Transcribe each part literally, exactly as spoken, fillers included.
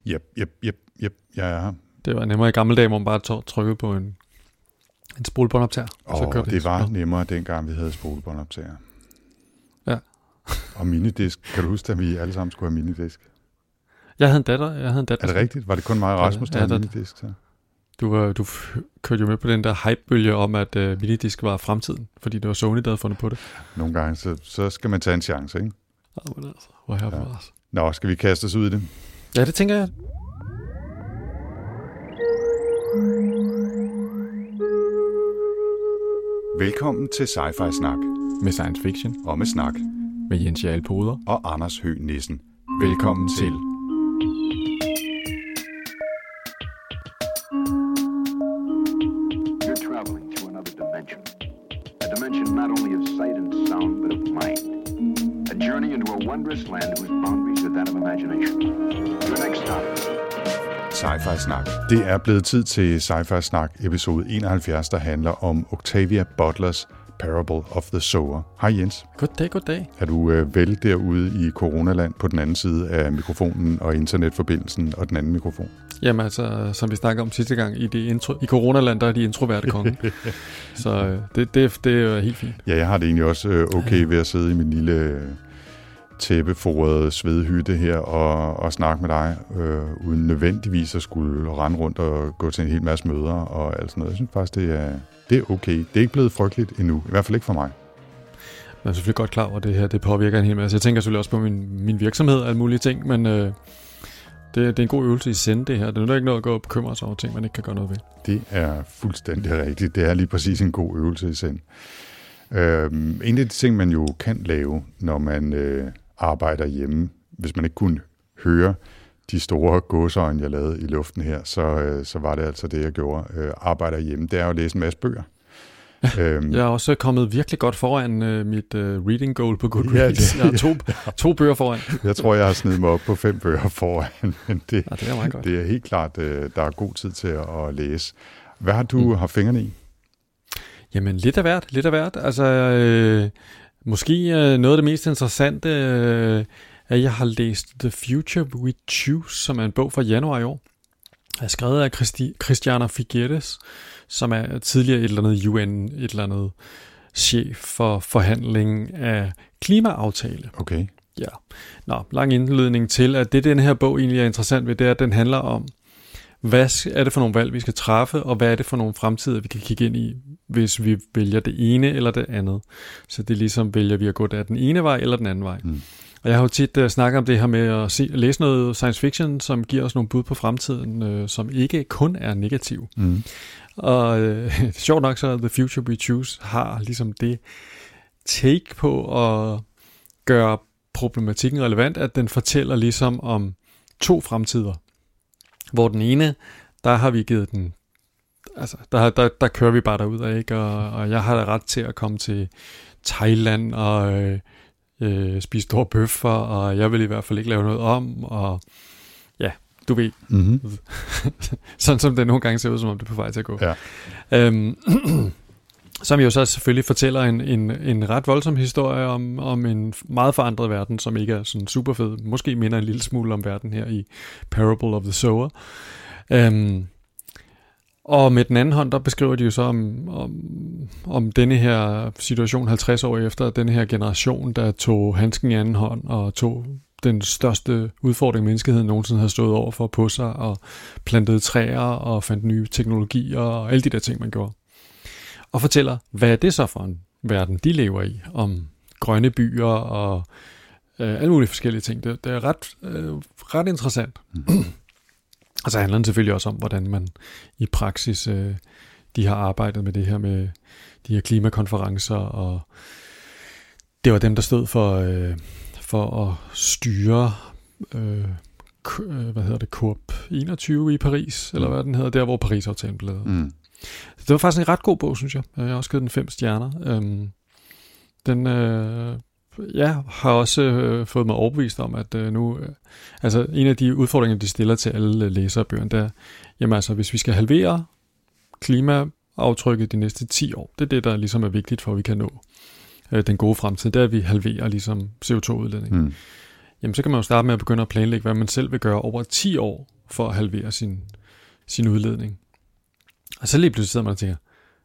Jep, jep, jep, jep, jeg er her. Det var nemmere i gamle dage, hvor man bare trykkede på en, en spolebåndoptager. Åh, oh, det, det var nemmere dengang, vi havde spolebåndoptager. Ja. Og minidisk. Kan du huske, at vi alle sammen skulle have minidisk? Jeg havde en datter. Jeg havde en datter. Er det rigtigt? Var det kun mig og Rasmus, der ja, havde minidisk? Så? Du, du kørte jo med på den der hypebølge om, at uh, minidisk var fremtiden, fordi det var Sony, der havde fundet på det. Nogle gange, så, så skal man tage en chance, ikke? Ja, men altså, hvor her ja. os. Nå, skal vi kaste os ud i det? Ja, det tænker jeg. Velkommen til Sci-Fi Snak. Med science fiction. Og med snak. Med Jens Jarl Poder. Og Anders Høgh Nissen. Velkommen, Velkommen til. You're traveling to another dimension. A dimension not only of sight and sound, but of mind. A journey into a wondrous land whose boundaries are that of imagination. Your next stop. Sci-Fi Snak. Det er blevet tid til Sci-Fi Snak episode enoghalvfjerds, der handler om Octavia Butlers Parable of the Sower. Hej Jens. Goddag, goddag. Er du øh, vel derude i coronaland på den anden side af mikrofonen og internetforbindelsen og den anden mikrofon? Jamen altså, som vi snakkede om sidste gang, i, det intro, i coronaland, der er de introverte konge. Så øh, det, det, det er helt fint. Ja, jeg har det egentlig også øh, okay ved at sidde i min lille øh, tæppeforede svedhytte her og, og snakke med dig, øh, uden nødvendigvis at skulle rende rundt og gå til en hel masse møder og alt sådan noget. Jeg synes faktisk, det er, det er okay. Det er ikke blevet frygteligt endnu, i hvert fald ikke for mig. Jeg er selvfølgelig godt klar over, at det her det påvirker en hel masse. Jeg tænker selvfølgelig også på min, min virksomhed og alle mulige ting, men øh, det, det er en god øvelse i sende det her. Det er ikke noget at gå og bekymre sig over ting, man ikke kan gøre noget ved. Det er fuldstændig rigtigt. Det er lige præcis en god øvelse i send. Øh, en af de ting, man jo kan lave, når man øh, arbejder hjemme, hvis man ikke kunne høre de store gåseøjne, jeg lavede i luften her, så, øh, så var det altså det, jeg gjorde. Øh, arbejder hjemme, det er jo at læse en masse bøger. øhm, jeg er også kommet virkelig godt foran øh, mit øh, reading goal på Goodreads. Ja, jeg har to, to bøger foran. Jeg tror, jeg har snedet mig op på fem bøger foran, men det, ja, det, er, meget godt. det er helt klart, øh, der er god tid til at, at læse. Hvad har du mm. haft fingrene i? Jamen, lidt af hvert, lidt af hvert. Altså, øh, måske øh, noget af det mest interessante, øh, at jeg har læst The Future We Choose, som er en bog fra januar i år. Jeg er skrevet af Christi, Christiana Figueres, som er tidligere et eller andet U N, et eller andet chef for forhandling af klimaaftale. Okay. Ja. Nå, lang indledning til, at det den her bog egentlig er interessant ved, det er, at den handler om, hvad er det for nogle valg, vi skal træffe, og hvad er det for nogle fremtider, vi kan kigge ind i, hvis vi vælger det ene eller det andet. Så det er ligesom, vælger vi at gå der den ene vej eller den anden vej. Mm. Og jeg har jo tit uh, snakket om det her med at se, læse noget science fiction, som giver os nogle bud på fremtiden, uh, som ikke kun er negativ. Mm. Og uh, sjovt nok så The Future We Choose har ligesom det take på at gøre problematikken relevant, at den fortæller ligesom om to fremtider. Hvor den ene, der har vi givet den, altså der, der, der kører vi bare derud, ikke? Og, og jeg har ret til at komme til Thailand og øh, øh, spise store bøffer, og jeg vil i hvert fald ikke lave noget om, og ja, du ved, mm-hmm. sådan som det nogle gange ser ud, som om det er på vej til at gå. Ja. Øhm, som jo så selvfølgelig fortæller en, en, en ret voldsom historie om, om en meget forandret verden, som ikke er sådan super fed. Måske minder en lille smule om verden her i Parable of the Sower. Øhm, og med den anden hånd, der beskriver de jo så om, om, om denne her situation halvtreds år efter, denne her generation, der tog handsken i anden hånd og tog den største udfordring, menneskeheden nogensinde havde stået over for på sig, og plantede træer og fandt nye teknologier og alle de der ting, man gjorde. Og fortæller, hvad er det så for en verden, de lever i, om grønne byer og øh, alle mulige forskellige ting. Det, det er ret, øh, ret interessant. Mm. Og så handler det selvfølgelig også om, hvordan man i praksis, øh, de har arbejdet med det her med de her klimakonferencer, og det var dem, der stod for, øh, for at styre øh, k- hvad hedder det, COP enogtyve i Paris, mm. eller hvad den hedder, der hvor Paris-aftalen blev lavet. Mm. Det var faktisk en ret god bog, synes jeg. Jeg har også givet den fem stjerner. Øhm, den øh, ja, har også øh, fået mig overbevist om, at øh, nu... Øh, altså, en af de udfordringer, de stiller til alle læsere af bøgerne, der jamen altså, hvis vi skal halvere klimaaftrykket de næste ti år, det er det, der ligesom er vigtigt for, at vi kan nå øh, den gode fremtid, det er, at vi halverer ligesom C O to udledning. Mm. Jamen, så kan man jo starte med at begynde at planlægge, hvad man selv vil gøre over ti år, for at halvere sin, sin udledning. Og så lige pludselig sidder man og tænker,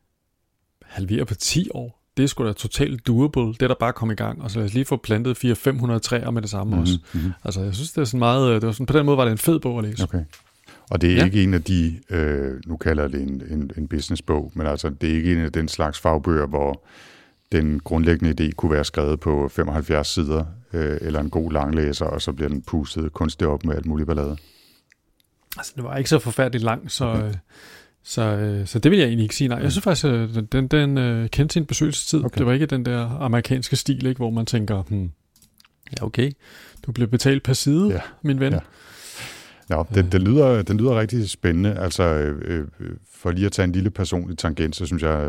halvere på ti år? Det er sgu da totalt doable. Det er der bare komme i gang. Og så lad os lige få plantet fire til fem hundrede træer med det samme mm-hmm. også. Altså, jeg synes, det er sådan meget... Det var sådan, på den måde var det en fed bog at læse. Okay. Og det er ja. ikke en af de... Øh, nu kalder jeg det en, en, en businessbog, men altså, det er ikke en af den slags fagbøger, hvor den grundlæggende idé kunne være skrevet på femoghalvfjerds sider, øh, eller en god langlæser, og så bliver den pustet kunstigt op med alt muligt ballade. Altså, det var ikke så forfærdeligt lang, så... Okay. Så, øh, så det vil jeg egentlig ikke sige nej. Jeg synes faktisk, at den, den øh, kendte sin besøgelsestid. Okay. Det var ikke den der amerikanske stil, ikke, hvor man tænker, hmm, ja okay, du bliver betalt per side, ja. min ven. Ja. Ja, den, den, lyder, den lyder rigtig spændende. Altså, øh, for lige at tage en lille personlig tangent, så synes jeg,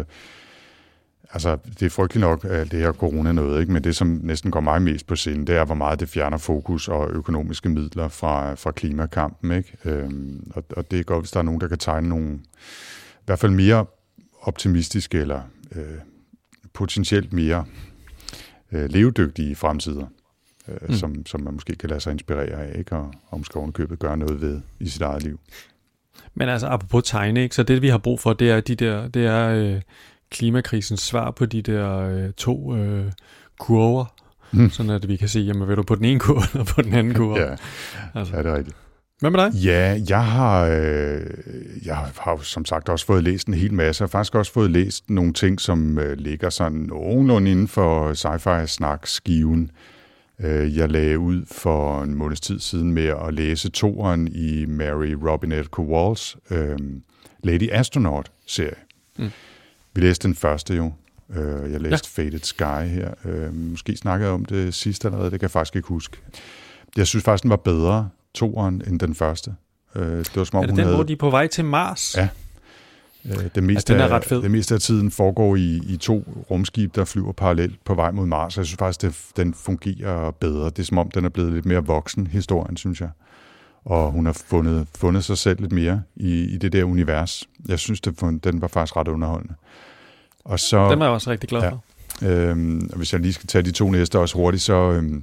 altså, det er frygteligt nok, at det her corona noget, ikke? Men det, som næsten går mig mest på sinde, det er, hvor meget det fjerner fokus og økonomiske midler fra, fra klimakampen, ikke? Øhm, og, og det er godt, hvis der er nogen, der kan tegne nogle, i hvert fald mere optimistiske eller øh, potentielt mere øh, levedygtige fremtider, øh, mm. som, som man måske kan lade sig inspirere af, ikke? Og om skovene gøre noget ved i sit eget liv. Men altså, apropos tegne, ikke? Så det, vi har brug for, det er de der, det er... Øh klimakrisens svar på de der øh, to øh, kurver, mm. sådan at vi kan se, jamen vil du på den ene kurve eller på den anden kurve? Ja, altså. Ja, det er rigtigt. Hvad med dig? Ja, jeg har, øh, jeg har som sagt også fået læst en hel masse. Jeg har faktisk også fået læst nogle ting, som øh, ligger sådan nogenlunde inden for sci-fi-snak-skiven. Øh, jeg lagde ud for en måneds tid siden med at læse toeren i Mary Robinette Kowal's øh, Lady Astronaut-serie. Mm. Vi læste den første jo. Jeg læste ja. Faded Sky her. Måske snakkede jeg om det sidste allerede, det kan jeg faktisk ikke huske. Jeg synes faktisk, den var bedre, toeren, end den første. Det var, som om, er det hun den, havde... hvor de er på vej til Mars? Ja. Det meste, ja, den er ret fed. Det meste af tiden foregår i, i to rumskib, der flyver parallelt på vej mod Mars. Jeg synes faktisk, det, den fungerer bedre. Det er som om, den er blevet lidt mere voksen, historien, synes jeg. Og hun har fundet, fundet sig selv lidt mere i, i det der univers. Jeg synes, det, den var faktisk ret underholdende. Og så, den var jeg også rigtig glad for. Ja, øhm, hvis jeg lige skal tage de to næste også hurtigt, så, øhm,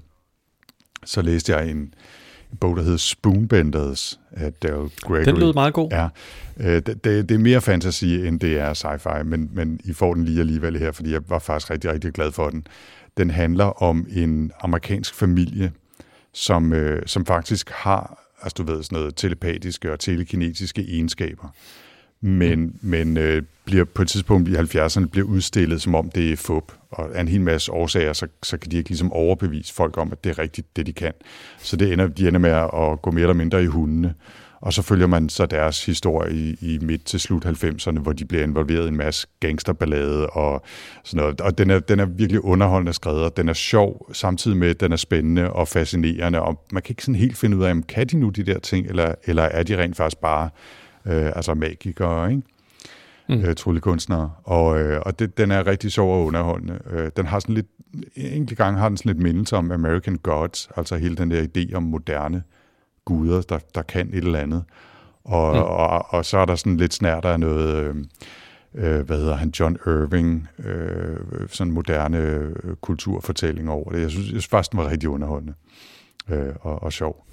så læste jeg en, en bog, der hedder Spoonbenders af Daryl Gregory. Den lød meget god. Ja, øh, det, det er mere fantasy, end det er sci-fi, men, men I får den lige alligevel her, fordi jeg var faktisk rigtig, rigtig glad for den. Den handler om en amerikansk familie, som, øh, som faktisk har, altså du ved, sådan noget telepatiske og telekinetiske egenskaber. Men, mm. men øh, bliver på et tidspunkt i halvfjerdserne bliver udstillet, som om det er fup. Og af en hel masse årsager, så, så kan de ikke ligesom overbevise folk om, at det er rigtigt, det de kan. Så det ender, de ender med at gå mere eller mindre i hundene. Og så følger man så deres historie i, i midt til slut halvfemserne, hvor de bliver involveret i en masse gangsterballade og sådan noget. Og den er, den er virkelig underholdende skrevet. Den er sjov, samtidig med, at den er spændende og fascinerende. Og man kan ikke sådan helt finde ud af, kan de nu de der ting, eller, eller er de rent faktisk bare øh, altså magikere, ikke? Mm. Øh, tryllekunstnere. Og, øh, og det, den er rigtig sjov og underholdende. Øh, den har sådan lidt, enkelt gang har den sådan lidt mindelse om American Gods, altså hele den der idé om moderne guder, der, der kan et eller andet. Og, mm. og, og, og så er der sådan lidt snært af noget, øh, øh, hvad hedder han, John Irving, øh, sådan moderne øh, kulturfortælling over det. Jeg synes, jeg synes faktisk, den var rigtig underholdende øh, og, og sjov.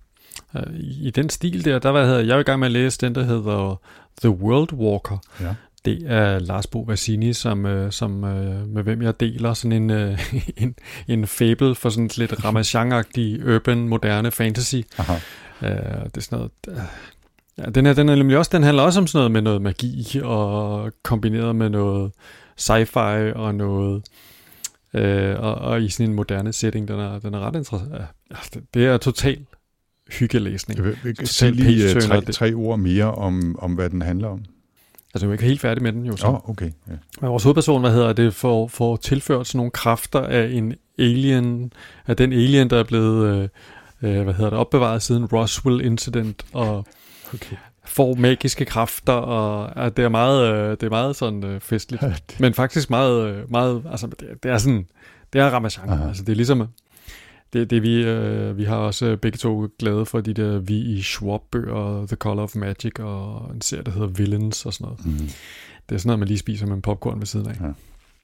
I den stil der, der var, jeg er i gang med at læse den, der hedder The World Walker. Ja. Det er Lars Bo Vassini, som, som med hvem jeg deler sådan en, en, en fable for sådan lidt Ramachan-agtig urban, moderne fantasy. Aha. Uh, det er sådan noget... Uh, ja, den, her, den, er nemlig også, den handler også om sådan noget med noget magi, og kombineret med noget sci-fi og noget... Uh, og, og i sådan en moderne setting, den er, den er ret interessant. Ja, det, det er totalt hyggelæsning. Jeg vil sige lige tre, tre ord mere om, om, hvad den handler om. Altså, jeg er ikke helt færdig med den, jo så. Åh, oh, okay. Ja. Men vores hovedperson, hvad hedder det, får, får tilført sådan nogle kræfter af en alien, af den alien, der er blevet, øh, hvad hedder det, opbevaret siden Roswell Incident, og okay. får magiske kræfter, og ja, det er meget, øh, det er meget sådan øh, festligt. Men faktisk meget, meget, altså, det, det er sådan, det er Ramachan. Altså, det er ligesom... Det, det vi, øh, vi har også begge to glade for de der V E. Schwab-bøger, The Color of Magic, og en serie, der hedder Villains og sådan noget. Mm. Det er sådan noget, man lige spiser med en popcorn ved siden af. Ja.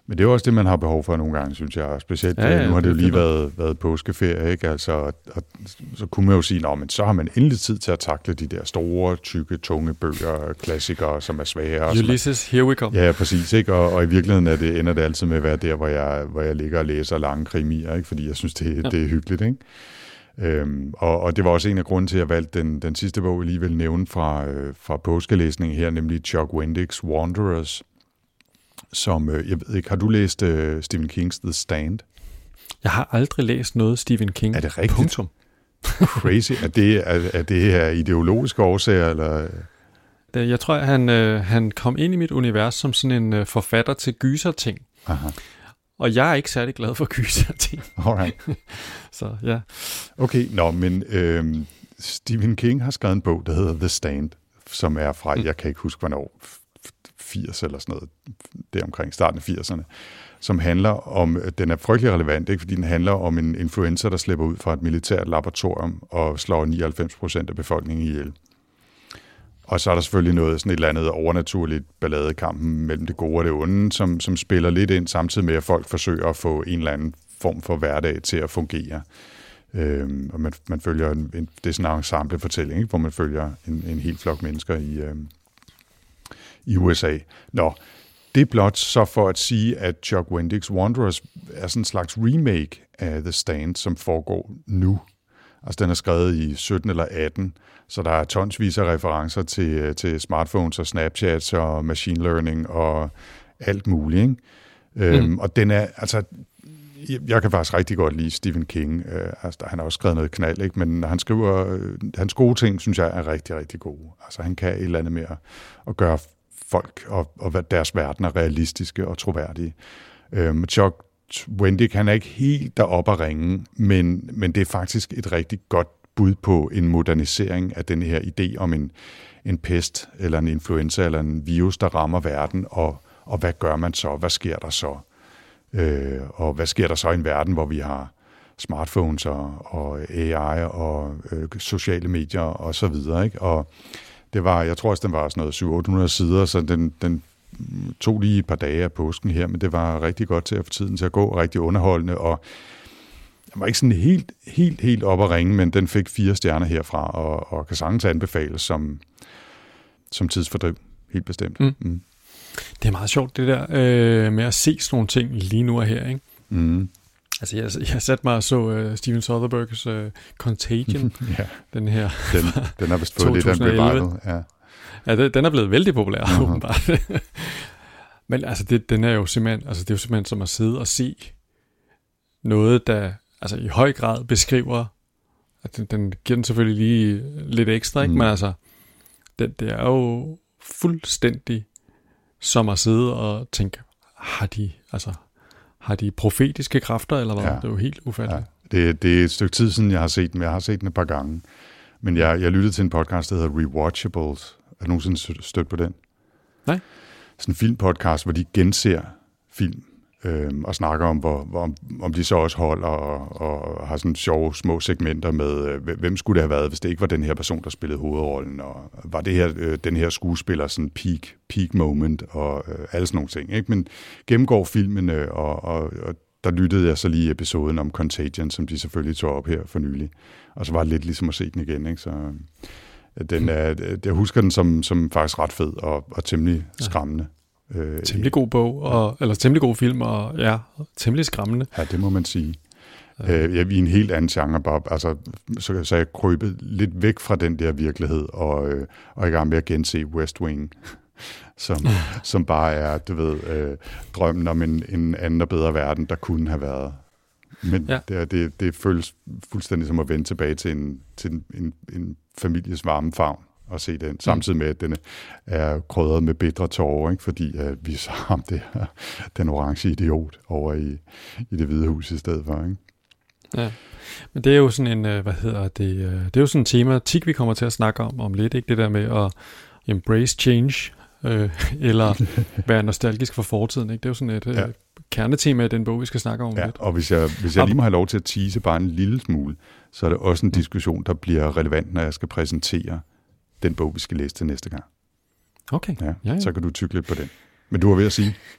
Men det er jo også det, man har behov for nogle gange, synes jeg. Specielt, ja, ja, nu har det jo lige det været, været påskeferie, ikke? Altså, og, og, så kunne man jo sige, nå, men så har man endelig tid til at takle de der store, tykke, tunge bøger, klassikere, som er svære. Ulysses, here we come. Ja, præcis, ikke? Og, og i virkeligheden er det, ender det altid med at være der, hvor jeg, hvor jeg ligger og læser lange krimier, ikke? Fordi jeg synes, det, ja. det er hyggeligt, ikke? Øhm, og, og det var også en af grunden til, at jeg valgte den, den sidste bog, jeg lige vil nævne fra, øh, fra påskelæsningen her, nemlig Chuck Wendig's Wanderers, som, øh, jeg ved ikke, har du læst øh, Stephen Kings The Stand? Jeg har aldrig læst noget Stephen King. Er det rigtigt? Punktum. Crazy. Er det, er, er det her ideologiske årsager, eller? Det, jeg tror, at han, øh, han kom ind i mit univers som sådan en øh, forfatter til gyserting. Aha. Og jeg er ikke særlig glad for gyserting. Alright. Så ja. Okay, nå, men øh, Stephen King har skrevet en bog, der hedder The Stand, som er fra, mm. jeg kan ikke huske, hvornår, firs eller sådan noget, det er omkring starten af firserne, som handler om, den er frygtelig relevant, ikke? Fordi den handler om en influenza, der slipper ud fra et militært laboratorium og slår nioghalvfems procent af befolkningen ihjel. Og så er der selvfølgelig noget, sådan et eller andet overnaturligt balladekampen mellem det gode og det onde, som, som spiller lidt ind, samtidig med, at folk forsøger at få en eller anden form for hverdag til at fungere. Øhm, og man, man følger en, en, det er sådan en ensemble-fortælling, ikke? Hvor man følger en, en hel flok mennesker i, øhm, i U S A. Nå, det er blot så for at sige, at Chuck Wendig's Wanderers er sådan en slags remake af The Stand, som foregår nu. Altså, den er skrevet i sytten eller atten, så der er tonsvis af referencer til, til smartphones og Snapchats og machine learning og alt muligt, ikke? Mm. Øhm, og den er, altså, jeg, jeg kan faktisk rigtig godt lide Stephen King. Øh, altså, han har også skrevet noget knald, ikke? Men han skriver, øh, hans gode ting, synes jeg, er rigtig, rigtig gode. Altså, han kan et eller andet med at, at gøre folk og, og deres verdener realistiske og troværdige. Øhm, Chuck Wendig, han er ikke helt deroppe at ringe, men, men det er faktisk et rigtig godt bud på en modernisering af den her idé om en, en pest, eller en influenza, eller en virus, der rammer verden, og, og hvad gør man så? Hvad sker der så? Øh, og hvad sker der så i en verden, hvor vi har smartphones og, og A I og øh, sociale medier og så videre, ikke? Og det var, jeg tror også, den var sådan noget syv hundrede til otte hundrede sider, så den, den tog lige et par dage af påsken her, men det var rigtig godt til at få tiden til at gå, rigtig underholdende, og den var ikke sådan helt, helt, helt op at ringe, men den fik fire stjerner herfra, og, og kan sagtens anbefales som, som tidsfordriv, helt bestemt. Mm. Mm. Det er meget sjovt, det der øh, med at se sådan nogle ting lige nu og her, ikke? Mm. Altså, jeg, jeg satte mig og så uh, Steven Soderberghs uh, Contagion, ja. den her. Den, den har vist fået lidt af en revival. Ja, ja den, den er blevet vældig populær, uh-huh. åbenbart. Men altså, det, den er jo simpelthen, altså, det er jo simpelthen som at sidde og se noget, der altså, i høj grad beskriver, at den, den giver den selvfølgelig lige lidt ekstra, ikke? Mm. Men altså, det, det er jo fuldstændig som at sidde og tænke, har de, altså, har de profetiske kræfter, eller hvad? Ja. Det er jo helt ufatteligt. Ja. Det, det er et stykke tid siden, jeg har set den, jeg har set den et par gange. Men jeg, jeg lyttede til en podcast, der hedder Rewatchables. Er du nogensinde stødt på den? Nej. Sådan en filmpodcast, hvor de genser film, øhm, og snakker om, hvor, hvor, om de så også holder, og, og har sådan sjove små segmenter med, øh, hvem skulle det have været, hvis det ikke var den her person, der spillede hovedrollen, og var det her, øh, den her skuespiller sådan peak, peak moment, og øh, alle sådan nogle ting, ikke? Men gennemgår filmene, og, og, og der lyttede jeg så lige episoden om Contagion, som de selvfølgelig tog op her for nylig, og så var det lidt ligesom at se den igen, ikke? Så den er, jeg husker den som, som faktisk ret fed og, og temmelig skræmmende. Øh, temmelig god bog, og, ja. Eller temmelig god film, og ja, temmelig skræmmende. Ja, det må man sige. Ja. Øh, jeg er i en helt anden genre, bare, altså, så, så jeg krøbet lidt væk fra den der virkelighed, og, øh, og i gang med at gense West Wing, som, som bare er, du ved, øh, drømmen om en, en anden og bedre verden, der kunne have været. Men ja. det, det, det føles fuldstændig som at vende tilbage til en, til en, en, en families varme favn og se den, samtidig med, at den er krydret med bitre tårer, ikke? Fordi uh, vi så ham det her, den orange idiot over i, i det hvide hus i stedet for, ikke? Ja, men det er jo sådan en, hvad hedder det, det er jo sådan en tema, tik vi kommer til at snakke om om lidt, ikke? Det der med at embrace change, øh, eller være nostalgisk for fortiden, ikke? Det er jo sådan et ja. øh, kernetema i den bog, vi skal snakke om ja, lidt. Og hvis jeg, hvis jeg lige må have lov til at tease bare en lille smule, så er det også en diskussion, der bliver relevant, når jeg skal præsentere den bog, vi skal læse til næste gang. Okay. Ja, ja, ja. Så kan du tygge lidt på den. Men du var ved at sige?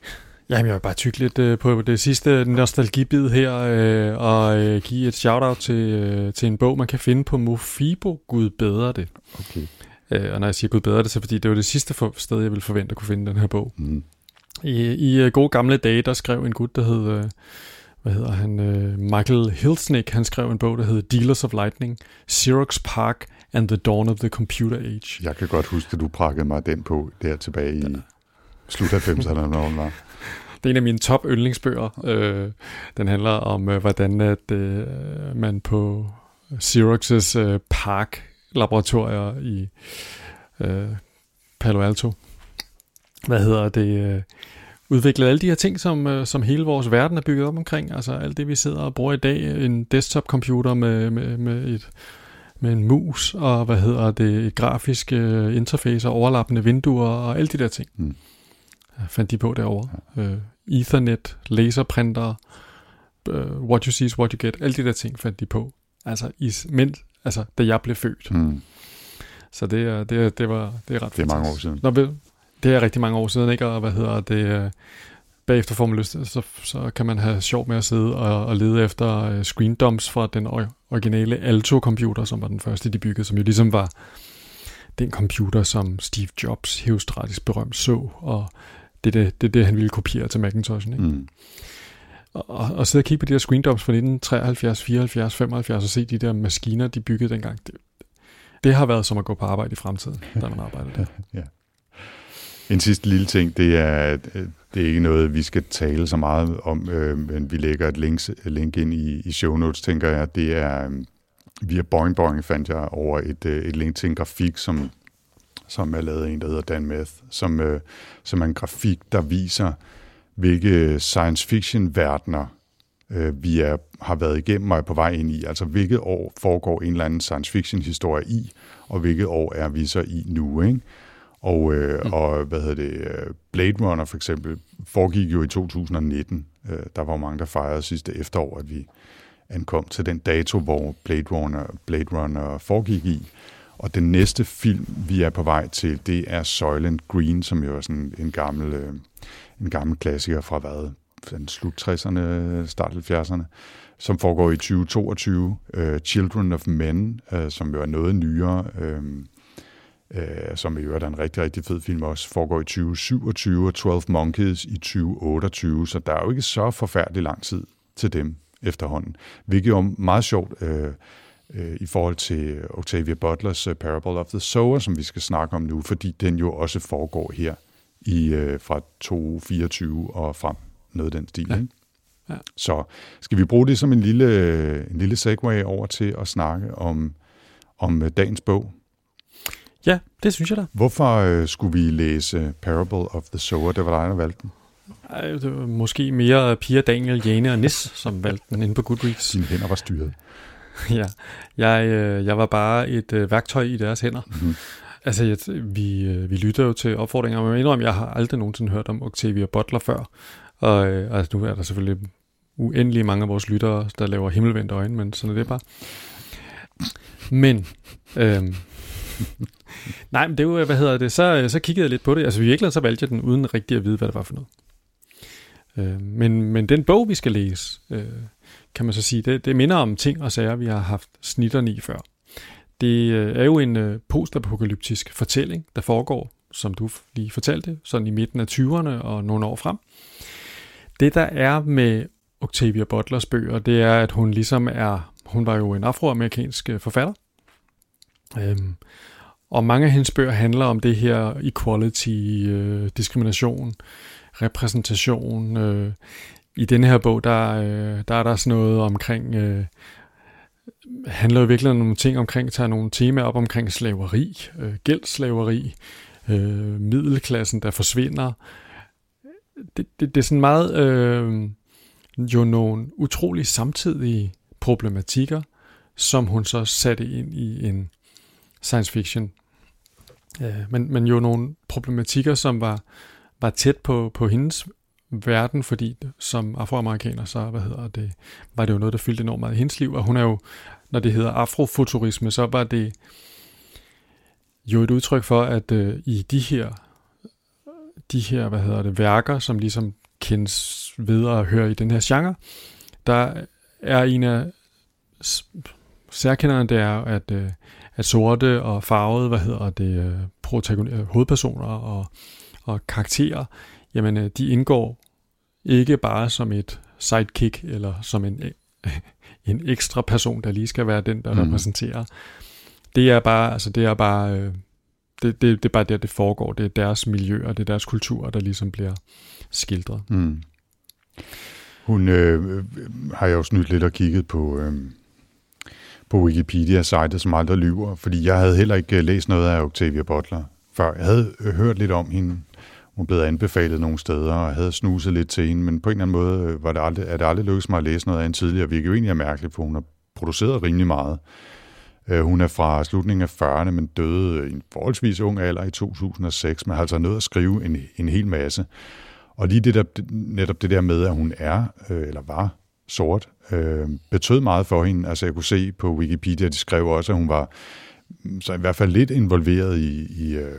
Jamen, jeg vil bare tykke lidt øh, på det sidste nostalgibid her, øh, og øh, give et shout-out til, øh, til en bog, man kan finde på Mofibo. Gud bedre det. Okay. Øh, og når jeg siger Gud bedre det, så fordi det var det sidste for, sted, jeg ville forvente at kunne finde den her bog. Mm. I, i uh, gode gamle dage, der skrev en gut, der hed, uh, hvad hedder han, uh, Michael Hilsnick, han skrev en bog, der hed Dealers of Lightning, Xerox PARC and the Dawn of the Computer Age. Jeg kan godt huske, at du prakkede mig den på der tilbage i ja. slut halvfemserne, når den var. Det er en af mine top yndlingsbøger. Uh, den handler om, uh, hvordan at, uh, man på Xerox's uh, PARC-laboratorier i uh, Palo Alto, hvad hedder det, uh, udviklet alle de her ting, som, uh, som hele vores verden er bygget op omkring. Altså alt det, vi sidder og bruger i dag. En desktop-computer med, med, med, et, med en mus, og hvad hedder det, et grafisk uh, interface og overlappende vinduer, og alle de der ting. Mm. Jeg fandt de på derovre. Ja. Uh, Ethernet, laserprinter, uh, what you see is what you get. Alle de der ting fandt de på. Altså, i, men, altså da jeg blev født. Mm. Så det er, det, er, det, var, det er ret Det er mange år siden. Nå, det er rigtig mange år siden, ikke? Og hvad hedder det? Bagefter får man lyst, så, så kan man have sjov med at sidde og, og lede efter screen dumps fra den originale Alto-computer, som var den første, de byggede, som jo ligesom var den computer, som Steve Jobs herostratisk berømt så, og det er det, det, det, han ville kopiere til Macintoshen, ikke? Mm. Og, og sidde og kigge på de der screen dumps fra nitten treoghalvfjerds, fireoghalvfjerds, femoghalvfjerds og se de der maskiner, de byggede dengang. Det, det har været som at gå på arbejde i fremtiden, da man arbejder der. Ja. En sidste lille ting, det er, det er ikke noget, vi skal tale så meget om, øh, men vi lægger et link, link ind i, i show notes, tænker jeg. Det er via Boing Boing fandt jeg over et, et link til en grafik, som, som er lavet af en, der hedder Dan Meth, som, øh, som er en grafik, der viser, hvilke science fiction-verdener øh, vi er, har været igennem og er på vej ind i. Altså hvilket år foregår en eller anden science fiction-historie i, og hvilket år er vi så i nu, ikke? Og, øh, mm. og hvad hedder det, Blade Runner for eksempel foregik jo i to tusind nitten. Øh, der var mange, der fejrede sidste efterår, at vi ankom til den dato, hvor Blade Runner, Blade Runner foregik i. Og den næste film, vi er på vej til, det er Soylent Green, som jo er sådan en gammel, øh, en gammel klassiker fra hvad? Slut tresserne, start halvfjerdserne, som foregår i tyve toogtyve. Uh, Children of Men, uh, som jo er noget nyere, uh, uh, som i øvrigt er en rigtig, rigtig fed film også, foregår i tyve syvogtyve, og tolv Monkeys i tyve otteogtyve, så der er jo ikke så forfærdelig lang tid til dem efterhånden. Hvilket er meget sjovt uh, uh, i forhold til Octavia Butlers uh, Parable of the Sower, som vi skal snakke om nu, fordi den jo også foregår her i uh, fra to fireogtyve og frem. Noget af den stil, ja. Ikke? Ja. Så skal vi bruge det som en lille, en lille segue over til at snakke om, om dagens bog? Ja, det synes jeg da. Hvorfor øh, skulle vi læse Parable of the Sower? Det var dig, der valgte den. Ej, det var måske mere Pia, Daniel, Jane og Nis, som valgte den inde på Goodreads. Dine hænder var styret. Ja, jeg, øh, jeg var bare et øh, værktøj i deres hænder. Mm-hmm. Altså, jeg, vi, øh, vi lytter jo til opfordringer, men jeg indrømmer, jeg har aldrig nogensinde hørt om Octavia Butler før. Og øh, altså, nu er der selvfølgelig uendelig mange af vores lyttere, der laver himmelvendte øjne, men sådan er det bare. Men, øhm, nej, men det er jo, hvad hedder det, så, så kiggede jeg lidt på det. Altså, i virkeligheden så valgte jeg den uden rigtig at vide, hvad det var for noget. Øh, men, men den bog, vi skal læse, øh, kan man så sige, det, det minder om ting og sager, vi har haft snitterne i før. Det øh, er jo en øh, postapokalyptisk fortælling, der foregår, som du lige fortalte, sådan i midten af tyverne og nogle år frem. Det, der er med Octavia Butlers bøger, det er, at hun ligesom er, hun var jo en afroamerikansk forfatter, øhm, og mange af hendes bøger handler om det her equality, øh, diskrimination, repræsentation. Øh. I denne her bog, der, øh, der er der sådan noget omkring, øh, handler jo virkelig om nogle ting omkring, tager nogle temaer op omkring slaveri, øh, gældslaveri, øh, middelklassen, der forsvinder. Det, det, det er sådan meget øh, jo nogle utrolig samtidige problematikker, som hun så satte ind i en science fiction. Øh, men, men jo nogle problematikker, som var, var tæt på, på hendes verden, fordi som afroamerikaner, så hvad hedder det, var det jo noget, der fyldte enormt meget i hendes liv, og hun er jo, når det hedder afrofuturisme, så var det jo et udtryk for, at øh, i de her de her, hvad hedder det, værker, som ligesom kendes ved at høre i den her genre. Der er en af særkenderne, det er, at, at sorte og farvede, hvad hedder det, protagon- hovedpersoner og, og karakterer, jamen de indgår ikke bare som et sidekick, eller som en, en ekstra person, der lige skal være den, der mm. repræsenterer. Det er bare, altså det er bare, det, det, det er bare der, det foregår. Det er deres miljø, og det er deres kultur, der ligesom bliver skildret. Mm. Hun øh, har jeg jo snydt lidt og kigget på, øh, på Wikipedia-sitet, som aldrig lyver, fordi jeg havde heller ikke læst noget af Octavia Butler før. Jeg havde hørt lidt om hende. Hun blev anbefalet nogle steder, og havde snuset lidt til hende, men på en eller anden måde var det aldrig, er det aldrig lykkedes mig at læse noget af hende tidligere, hvilket jo egentlig er mærkeligt, for hun har produceret rimelig meget. Hun er fra slutningen af fyrrerne, men døde i en forholdsvis ung alder i to tusind og seks, men har altså nået at skrive en, en hel masse. Og lige det der, netop det der med, at hun er, eller var, sort, øh, betød meget for hende. Altså jeg kunne se på Wikipedia, de skrev også, at hun var så i hvert fald lidt involveret i, i, øh,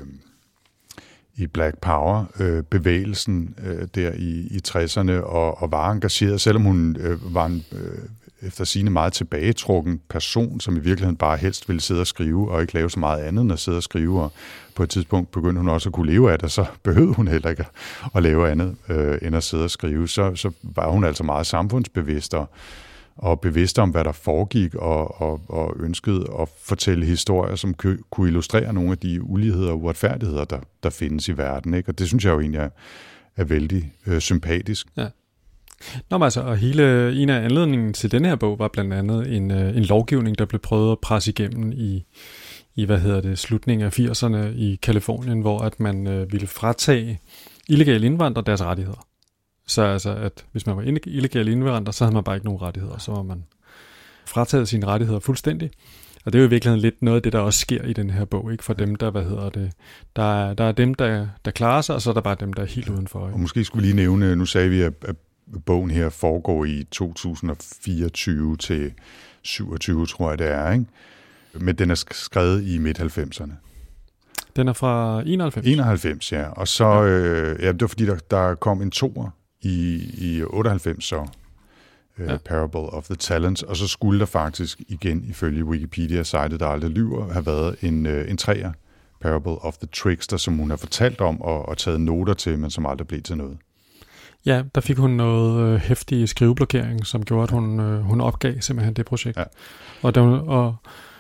i Black Power-bevægelsen øh, øh, der i, i tresserne, og, og var engageret, selvom hun øh, var en øh, efter sigende meget tilbagetrukken person, som i virkeligheden bare helst ville sidde og skrive, og ikke lave så meget andet end at sidde og skrive, og på et tidspunkt begyndte hun også at kunne leve af det, så behøvede hun heller ikke at lave andet øh, end at sidde og skrive. Så, så var hun altså meget samfundsbevidst og, og bevidst om, hvad der foregik, og, og, og ønskede at fortælle historier, som kø, kunne illustrere nogle af de uligheder og uretfærdigheder, der, der findes i verden. Ikke? Og det synes jeg jo egentlig er, er vældig øh, sympatisk. Ja. Nå, men altså, og hele en af anledningen til denne her bog var blandt andet en, en lovgivning, der blev prøvet at presse igennem i, i hvad hedder det, slutningen af firserne i Kalifornien, hvor at man øh, ville fratage illegale indvandrere deres rettigheder. Så altså, at hvis man var illegal indvandrer, så havde man bare ikke nogen rettigheder, så var man frataget sine rettigheder fuldstændig. Og det er jo i virkeligheden lidt noget af det, der også sker i den her bog, ikke? For dem, der, hvad hedder det, der er, der er dem, der, der klarer sig, og så er der bare dem, der er helt udenfor. Ikke? Og måske skulle vi lige nævne, nu sagde vi, at bogen her foregår i to tusind og fireogtyve til syvogtyve, tror jeg det er, ikke? Men den er skrevet i midt halvfemserne. Den er fra enoghalvfems. enoghalvfems, ja. Og så, ja, øh, ja det var fordi, der, der kom en toer i, i otteoghalvfems, så øh, ja. Parable of the Talents, og så skulle der faktisk igen, ifølge Wikipedia-sitet, der aldrig lyver, have været en, øh, en treer, Parable of the Trickster, som hun har fortalt om og, og taget noter til, men som aldrig blev til noget. Ja, der fik hun noget øh, heftig skriveblokering, som gjorde, at hun, øh, hun opgav simpelthen det projekt. Ja. Og, der, og,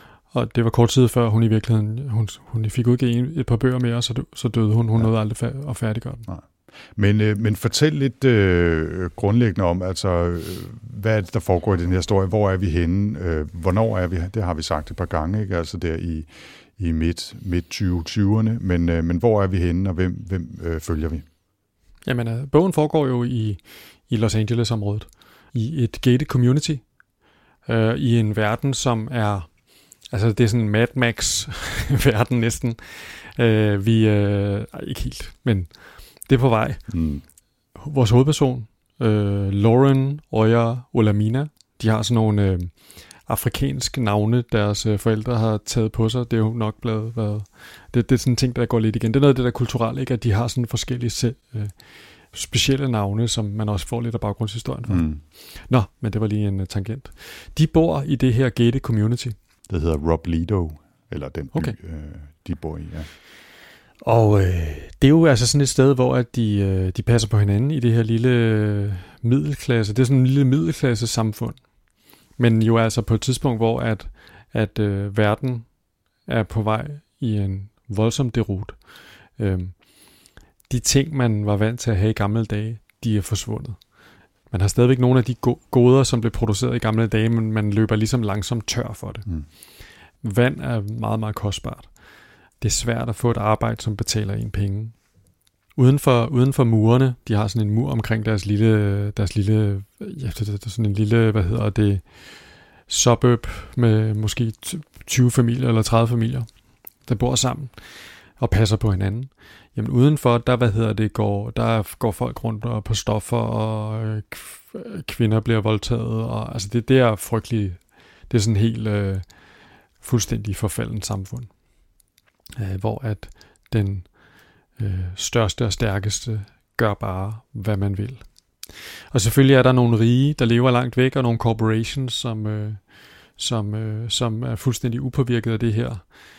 og det var kort tid før, hun i virkeligheden hun, hun fik udgivet et par bøger mere, så, så døde hun. Hun ja. nåede aldrig fa- at færdiggøre den. Nej. Men, øh, men fortæl lidt øh, grundlæggende om, altså, øh, hvad er det, der foregår i den her historie? Hvor er vi henne? Øh, hvornår er vi? Det har vi sagt et par gange, ikke? Altså der i, i midt, midt tyve tyverne. Men, øh, men hvor er vi henne, og hvem, hvem øh, følger vi? Jamen, uh, bogen foregår jo i, i Los Angeles-området, i et gated community, uh, i en verden, som er, altså det er sådan en Mad Max-verden næsten. Uh, vi, uh, ikke helt, men det er på vej. Mm. Vores hovedperson, uh, Lauren Oya Olamina, de har sådan nogle uh, afrikanske navne, deres uh, forældre har taget på sig. Det er jo nok blevet været... Det, det er sådan en ting, der går lidt igen. Det er noget af det der kulturelle, ikke? At de har sådan forskellige se, uh, specielle navne, som man også får lidt af baggrundshistorien for. Mm. Nå, men det var lige en uh, tangent. De bor i det her gated community. Det hedder Rob Lido, eller den by, okay. uh, de bor i, ja. Og øh, det er jo altså sådan et sted, hvor at de, øh, de passer på hinanden i det her lille øh, middelklasse. Det er sådan en lille middelklasse samfund. Men jo altså på et tidspunkt, hvor at, at øh, verden er på vej i en voldsom derut. Øh, de ting, man var vant til at have i gamle dage, de er forsvundet. Man har stadigvæk nogle af de go- goder, som blev produceret i gamle dage, men man løber ligesom langsomt tør for det. Mm. Vand er meget, meget kostbart. Det er svært at få et arbejde, som betaler en penge. Uden for, uden for murene, de har sådan en mur omkring deres lille, deres lille, ja, det er sådan en lille, hvad hedder det, suburb med måske tyve familier eller tredive familier, der bor sammen og passer på hinanden. Jamen udenfor, der, hvad hedder det, går, der går folk rundt og på stoffer, og kvinder bliver voldtaget, og altså det, det er frygteligt. Det er sådan helt øh, fuldstændig forfaldent samfund. Øh, hvor at den øh, største og stærkeste gør bare, hvad man vil. Og selvfølgelig er der nogle rige, der lever langt væk, og nogle corporations, som, øh, som, øh, som er fuldstændig upåvirket af det her.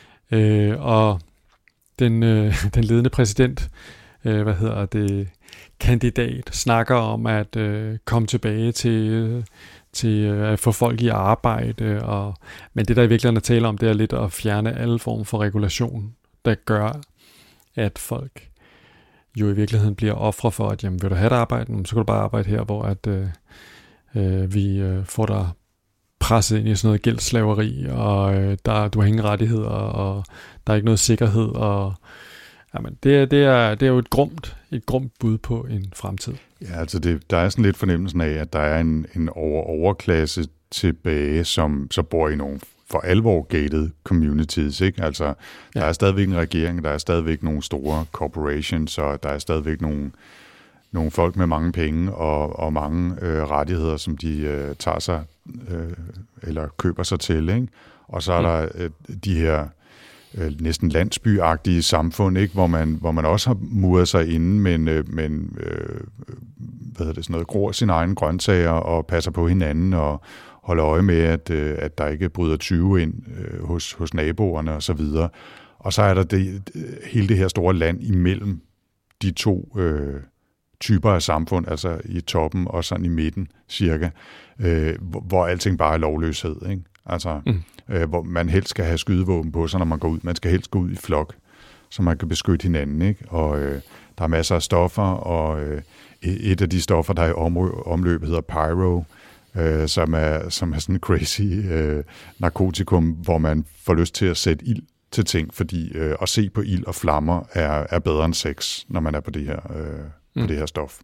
Øh, og den, øh, den ledende præsident, øh, hvad hedder det, kandidat, snakker om at øh, komme tilbage til, øh, til øh, at få folk i arbejde. Og, men det, der i virkeligheden er tale om, det er lidt at fjerne alle former for regulation, der gør, at folk jo i virkeligheden bliver ofre for, at jamen, vil du have et arbejde, så kan du bare arbejde her, hvor at, øh, øh, vi øh, får dig presset ind i sådan noget gældslaveri, og øh, der, du har ingen rettigheder, og der er ikke noget sikkerhed, og jamen, det, er, det, er, det er jo et grumt, et grumt bud på en fremtid. Ja, altså det, der er sådan lidt fornemmelsen af, at der er en, en over overklasse tilbage, som så bor i nogle for alvor gated communities, ikke? Altså, der ja. er stadigvæk en regering, der er stadigvæk nogle store corporations, og der er stadigvæk nogle, nogle folk med mange penge og, og mange øh, rettigheder, som de øh, tager sig øh, eller køber sig til, ikke? Og så er mm. der øh, de her øh, næsten landsbyagtige samfund, ikke? Hvor man hvor man også har muret sig inde, men øh, men øh, hvad hedder det, sådan noget, gror sine egne grøntsager og passer på hinanden og holder øje med, at, øh, at der ikke bryder tyve ind øh, hos, hos naboerne og så videre. Og så er der det, hele det her store land imellem de to øh, typer af samfund, altså i toppen og sådan i midten cirka, øh, hvor, hvor alting bare er lovløshed, ikke? Altså, mm. øh, hvor man helst skal have skydevåben på sig, når man går ud. Man skal helst gå ud i flok, så man kan beskytte hinanden, ikke? Og øh, der er masser af stoffer, og øh, et af de stoffer, der er i omløb, hedder pyro, øh, som, er, som er sådan en crazy øh, narkotikum, hvor man får lyst til at sætte ild til ting, fordi øh, at se på ild og flammer er, er bedre end sex, når man er på det her, øh, mm. på det her stof.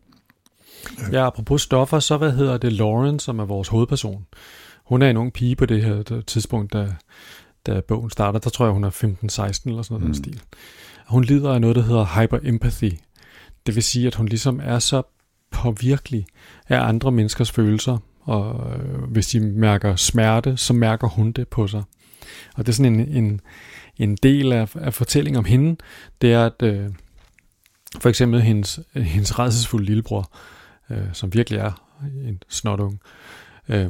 Ja, apropos stoffer, så hvad hedder det, Lauren, som er vores hovedperson. Hun er en ung pige på det her tidspunkt, da, da bogen starter. Der tror jeg, hun er femten seksten eller sådan noget mm. den stil. Hun lider af noget, der hedder hyperempathy. Det vil sige, at hun ligesom er så påvirkelig af andre menneskers følelser, og øh, hvis de mærker smerte, så mærker hun det på sig. Og det er sådan en, en, en del af, af fortællingen om hende, det er, at øh, for eksempel hendes, hendes rædselsfulde lillebror, øh, som virkelig er en snotunge, øh,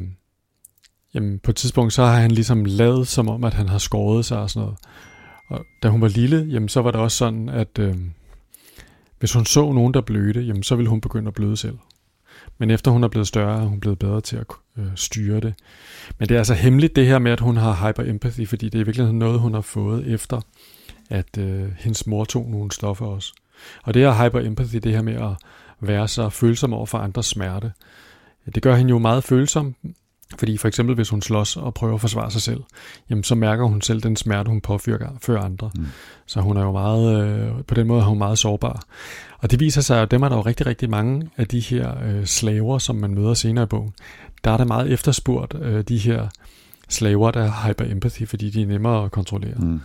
jamen på et tidspunkt, så har han ligesom lavet som om, at han har skåret sig og sådan noget. Og da hun var lille, jamen så var det også sådan, at øh, hvis hun så nogen, der blødte, jamen så ville hun begynde at bløde selv. Men efter hun er blevet større, er hun blevet bedre til at øh, styre det. Men det er altså hemmeligt det her med, at hun har hyperempathy, fordi det er i virkeligheden noget, hun har fået efter, at øh, hendes mor tog nogle stoffer også. Og det her hyperempathy, det her med at være så følsom over for andres smerte, det gør hende jo meget følsom, fordi for eksempel hvis hun slås og prøver at forsvare sig selv, jamen så mærker hun selv den smerte, hun påfører andre. Mm. Så hun er jo meget, øh, på den måde er hun meget sårbar. Og det viser sig, at dem er der jo rigtig, rigtig mange af de her øh, slaver, som man møder senere i bogen. Der er der meget efterspurgt, øh, de her slaver, der har hyperempathy, fordi de er nemmere at kontrollere. Mm.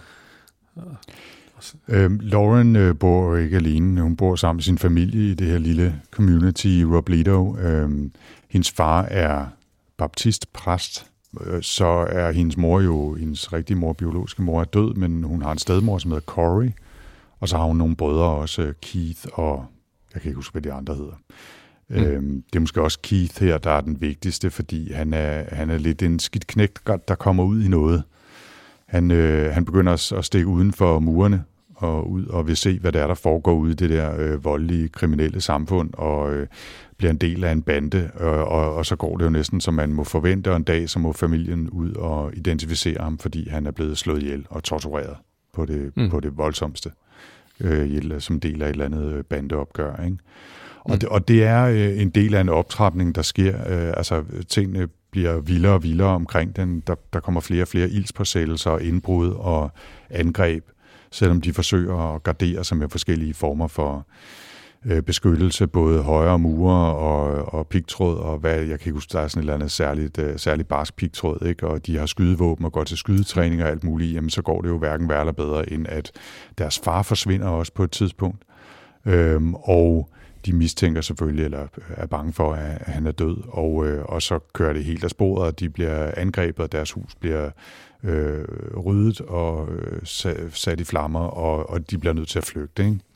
Øh, Lauren øh, bor ikke alene. Hun bor sammen med sin familie i det her lille community i Robledo. Øh, hendes far er baptistpræst, så er hendes mor jo, hendes rigtige mor, biologiske mor, er død, men hun har en stedmor, som hedder Corey, og så har hun nogle brødre også, Keith og, jeg kan ikke huske, hvad de andre hedder. Mm. Øhm, det er måske også Keith her, der er den vigtigste, fordi han er, han er lidt en skidt knægt, der kommer ud i noget. Han, øh, han begynder at stikke uden for murene, og ud og vil se, hvad der er, der foregår ude i det der øh, voldelige, kriminelle samfund, og øh, bliver en del af en bande, øh, og, og så går det jo næsten, som man må forvente, og en dag, så må familien ud og identificere ham, fordi han er blevet slået ihjel og tortureret på det, mm. på det voldsomste, øh, som del af et eller andet bandeopgør, ikke? Og, mm. det, og det er øh, en del af en optrapning, der sker, øh, altså tingene bliver vildere og vildere omkring den, der, der kommer flere og flere ildspåsættelser og indbrud og angreb, selvom de forsøger at gardere sig med forskellige former for øh, beskyttelse, både højere mure og, og pigtråd, og hvad, jeg kan ikke huske, der er sådan et eller andet særligt, øh, særligt barsk pigtråd, ikke? Og de har skydevåben og går til skydetræning og alt muligt, jamen så går det jo hverken værre eller bedre, end at deres far forsvinder også på et tidspunkt, øhm, og de mistænker selvfølgelig, eller er bange for, at han er død, og, øh, og så kører det helt af sporet, og de bliver angrebet, og deres hus bliver øh, ryddet og øh, sat i flammer, og, og de bliver nødt til at flygte, ikke?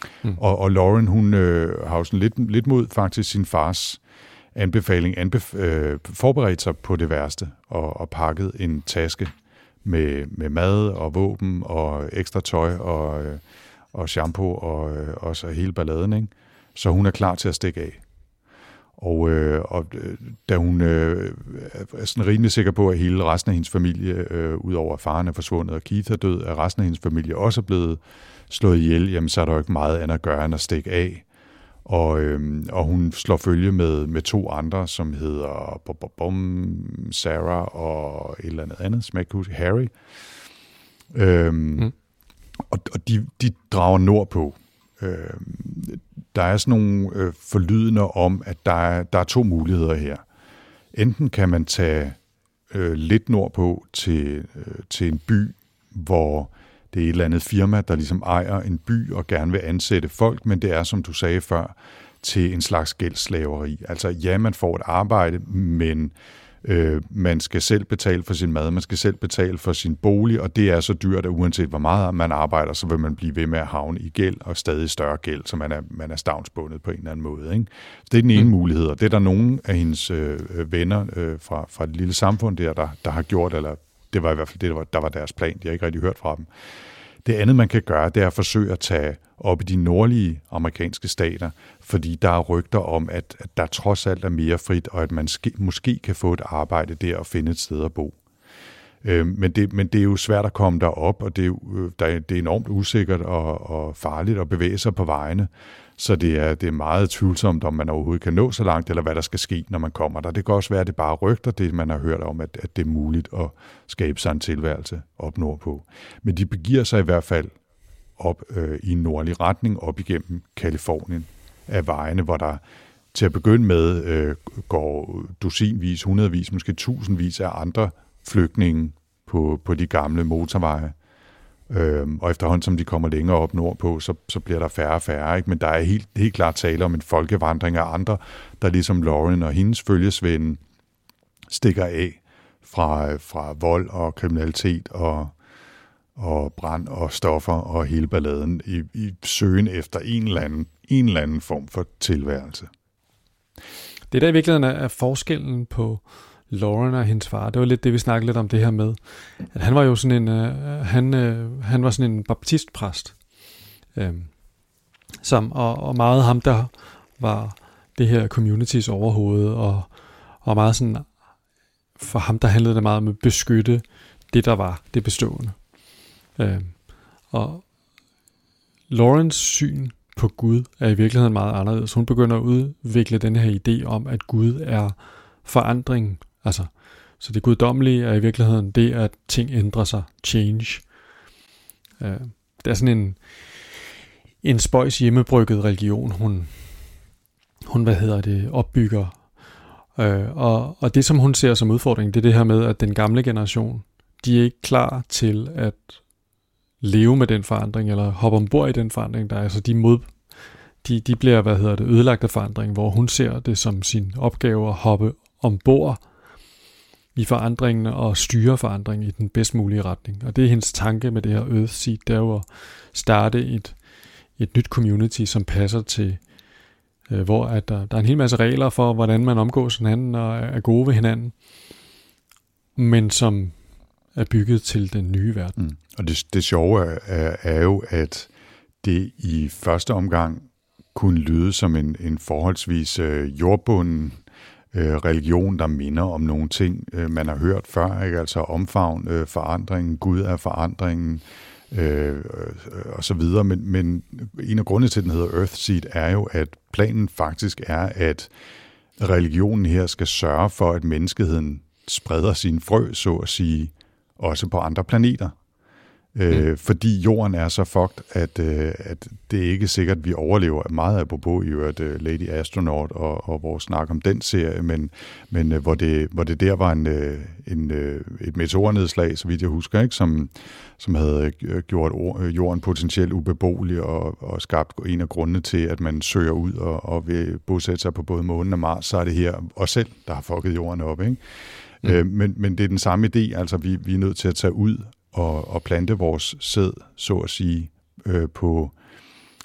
Mm. Og, og Lauren, hun øh, har jo sådan lidt, lidt mod faktisk sin fars anbefaling, anbef- øh, forberedt sig på det værste, og, og pakket en taske med, med mad og våben og ekstra tøj og, øh, og shampoo og, øh, og så hele balladen, ikke? Så hun er klar til at stikke af. Og, øh, og da hun øh, er sådan rimelig sikker på, at hele resten af hendes familie, øh, udover at faren er forsvundet og Keith er død, at resten af hendes familie også er blevet slået ihjel, jamen så er der jo ikke meget andet at gøre end at stikke af. Og, øh, og hun slår følge med, med to andre, som hedder bom, bom, bom, Sarah og et eller andet andet, som jeg ikke husker, Harry. Øhm, mm. Og, og de, de drager nordpå. Øh, der er sådan nogle øh, forlydender om, at der er, der er to muligheder her. Enten kan man tage øh, lidt nordpå til, øh, til en by, hvor det er et eller andet firma, der ligesom ejer en by og gerne vil ansætte folk, men det er, som du sagde før, til en slags gældslaveri. Altså ja, man får et arbejde, men øh, man skal selv betale for sin mad, man skal selv betale for sin bolig, og det er så dyrt, at uanset hvor meget man arbejder, så vil man blive ved med at havne i gæld, og stadig større gæld, så man er, man er stavnsbundet på en eller anden måde. Ikke? Så det er den ene mm. mulighed, og det er der nogle af hendes øh, venner øh, fra, fra det lille samfund der, der, der har gjort, eller det var i hvert fald det, der var, der var deres plan. De har ikke rigtig hørt fra dem. Det andet, man kan gøre, det er at forsøge at tage op i de nordlige amerikanske stater, fordi der er rygter om, at, at der trods alt er mere frit, og at man ske, måske kan få et arbejde der og finde et sted at bo. Øh, men, det, men det er jo svært at komme derop, og det er, jo, der, det er enormt usikkert og, og farligt at bevæge sig på vejene. Så det er, det er meget tvivlsomt, om man overhovedet kan nå så langt, eller hvad der skal ske, når man kommer der. Det kan også være, at det bare rygter, det man har hørt om, at, at det er muligt at skabe sig en tilværelse op nordpå. Men de begiver sig i hvert fald op øh, i en nordlig retning, op igennem Kalifornien af vejene, hvor der til at begynde med øh, går dusinvis, hundredvis, måske tusindvis af andre flygtninge på, på de gamle motorveje. Øhm, og efterhånden, som de kommer længere op nordpå, så, så bliver der færre og færre. Ikke? Men der er helt, helt klart tale om en folkevandring af andre, der ligesom Lauren og hendes følgesvende stikker af fra, fra vold og kriminalitet og, og brand og stoffer og hele balladen i, i søgen efter en eller anden, en eller anden form for tilværelse. Det der i virkeligheden er forskellen på Lauren og hendes far, det var lidt det, vi snakkede lidt om det her med, at han var jo sådan en, øh, han, øh, han var sådan en baptistpræst, øh, som, og, og meget ham, der var det her communities overhoved, og, og meget sådan, for ham, der handlede det meget om at beskytte det, der var det bestående. Øh, og Laurens syn på Gud er i virkeligheden meget anderledes. Hun begynder at udvikle den her idé om, at Gud er forandring. Altså, så det guddommelige er i virkeligheden det, at ting ændrer sig. Change. Uh, det er sådan en, en spøjs hjemmebrygget religion, hun, hun hvad hedder det, opbygger. Uh, og, og det, som hun ser som udfordring, det er det her med, at den gamle generation, de er ikke klar til at leve med den forandring, eller hoppe ombord i den forandring, der er. Altså, de, mod, de, de bliver, hvad hedder det, ødelagt af forandring, hvor hun ser det som sin opgave at hoppe ombord i forandringen og styre forandringen i den bedst mulige retning. Og det er hendes tanke med det her Earthseed, det er jo at starte et, et nyt community, som passer til, øh, hvor at der, der er en hel masse regler for, hvordan man omgås hinanden og er gode ved hinanden, men som er bygget til den nye verden. Mm. Og det, det sjove er, er jo, at det i første omgang kunne lyde som en, en forholdsvis øh, jordbunden øh, religion, der minder om nogle ting, øh, man har hørt før, ikke? Altså omfavn, øh, forandringen, Gud er forandringen, øh, øh, og så videre. Men, men en af grundene til, at den hedder Earthseed, er jo, at planen faktisk er, at religionen her skal sørge for, at menneskeheden spreder sin frø, så at sige, også på andre planeter. Øh, mm. Fordi jorden er så fucked, at, øh, at det er ikke sikkert, at vi overlever. Meget apropos i øvrigt uh, Lady Astronaut og, og vores snak om den serie, men, men uh, hvor, det, hvor det der var en, uh, en, uh, et meteornedslag, så vidt jeg husker, ikke, som, som havde gjort jorden potentielt ubeboelig og, og skabt en af grundene til, at man søger ud og, og vil bosætte sig på både månen og Mars, så er det her os selv, der har fucket jorden op, ikke? Mm. Øh, men, men det er den samme idé, altså vi, vi er nødt til at tage ud og, og plante vores sæd, så at sige, øh, på,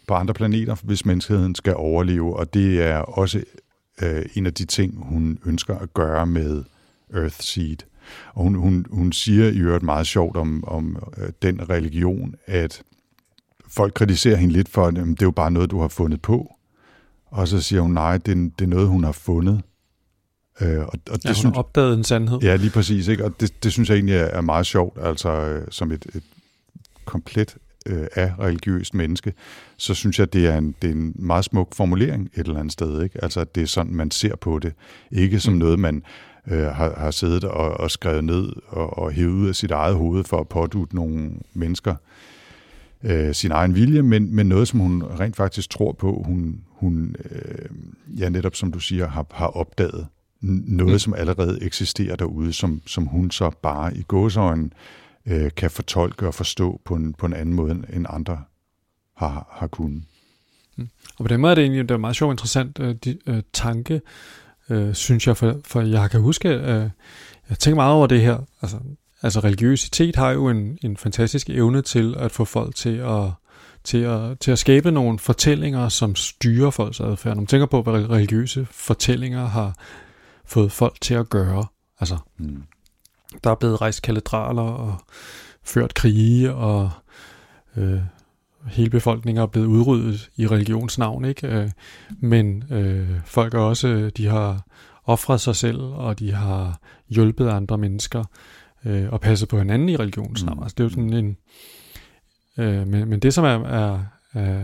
på andre planeter, hvis menneskeheden skal overleve, og det er også øh, en af de ting, hun ønsker at gøre med Earthseed. Og hun, hun, hun siger i øvrigt meget sjovt om, om øh, den religion, at folk kritiserer hende lidt for, at øh, det er jo bare noget, du har fundet på. Og så siger hun, nej, det, det er noget, hun har fundet. Øh, og, og det ja, hun synes, har opdaget en sandhed. Ja, lige præcis. Ikke? Og det, det synes jeg egentlig er, er meget sjovt, altså øh, som et, et komplet øh, af religiøst menneske, så synes jeg, det er, en, det er en meget smuk formulering et eller andet sted. Ikke? Altså, at det er sådan, man ser på det. Ikke som mm. noget, man øh, har, har siddet og, og skrevet ned og, og hævet ud af sit eget hoved for at pådutte nogle mennesker øh, sin egen vilje, men, men noget, som hun rent faktisk tror på, hun, hun øh, ja, netop som du siger, har, har opdaget. Noget, mm. som allerede eksisterer derude, som, som hun så bare i gåseøjne øh, kan fortolke og forstå på en, på en anden måde, end andre har, har kunnet. Mm. Og på den måde er det egentlig det er meget sjovt og interessant øh, de, øh, tanke, øh, synes jeg, for, for jeg kan huske, øh, jeg tænker meget over det her. Altså, altså religiøsitet har jo en, en fantastisk evne til at få folk til at, til at, til at skabe nogle fortællinger, som styrer folks adfærd. Når man tænker på, hvad religiøse fortællinger har fået folk til at gøre. Altså, mm. der er blevet rejst katedraler og ført krige, og øh, hele befolkningen er blevet udryddet i religionsnavn, ikke? Øh, men øh, folk er også, de har ofret sig selv, og de har hjulpet andre mennesker øh, og passet på hinanden i religionsnavn. Mm. Altså, det er jo sådan en... Øh, men, men det, som er... er, er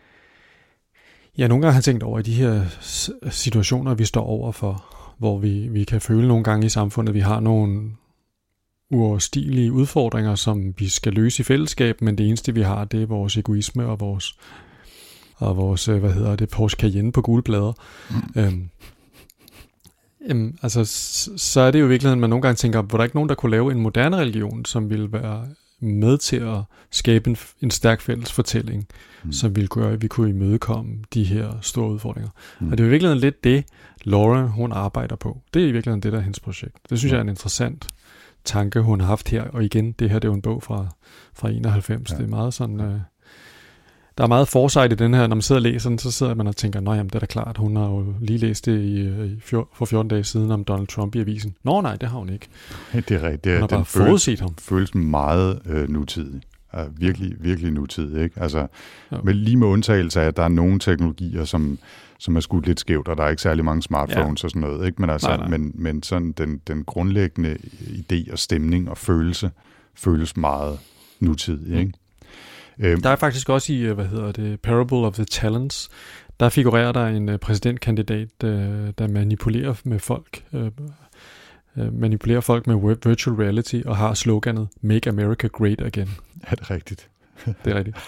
ja, nogle gange har jeg tænkt over i de her situationer, vi står over for, hvor vi, vi kan føle nogle gange i samfundet, at vi har nogle uoverstigelige udfordringer, som vi skal løse i fællesskab, men det eneste, vi har, det er vores egoisme og vores, og vores hvad hedder det, Porsche Cayenne på gule plader. Mm. Øhm, øhm, altså, så er det jo i virkeligheden, man nogle gange tænker, hvor der ikke nogen, der kunne lave en moderne religion, som ville være med til at skabe en, en stærk fælles fortælling, mm. som ville gøre, at vi kunne imødekomme de her store udfordringer. Mm. Og det er i virkeligheden lidt det, Lauren, hun arbejder på. Det er i virkeligheden det, der er hendes projekt. Det synes ja. jeg er en interessant tanke, hun har haft her. Og igen, det her det er jo en bog fra, fra enoghalvfems. Ja. Det er meget sådan... Øh, der er meget foresight i den her. Når man sidder og læser den, så sidder man og tænker, nej, jamen, det er da klart, hun har jo lige læst det i, i fjor, for fjorten dage siden om Donald Trump i avisen. Nå nej, det har hun ikke. Det er rigtigt. Hun har bare forudset ham. Føles meget øh, nutidig. Er virkelig, virkelig nutidig. Ikke? Altså, med, lige med undtagelse af, at der er nogle teknologier, som, som er skudt lidt skævt, og der er ikke særlig mange smartphones ja. og sådan noget. Ikke? Men, altså, nej, nej. Men, men sådan den, den grundlæggende idé og stemning og følelse føles meget nutidig. Ikke? Mm. Der er faktisk også i, hvad hedder det, Parable of the Talents, der figurerer der en præsidentkandidat, der manipulerer med folk, manipulerer folk med virtual reality og har sloganet Make America Great Again. Er det rigtigt? Det er rigtigt.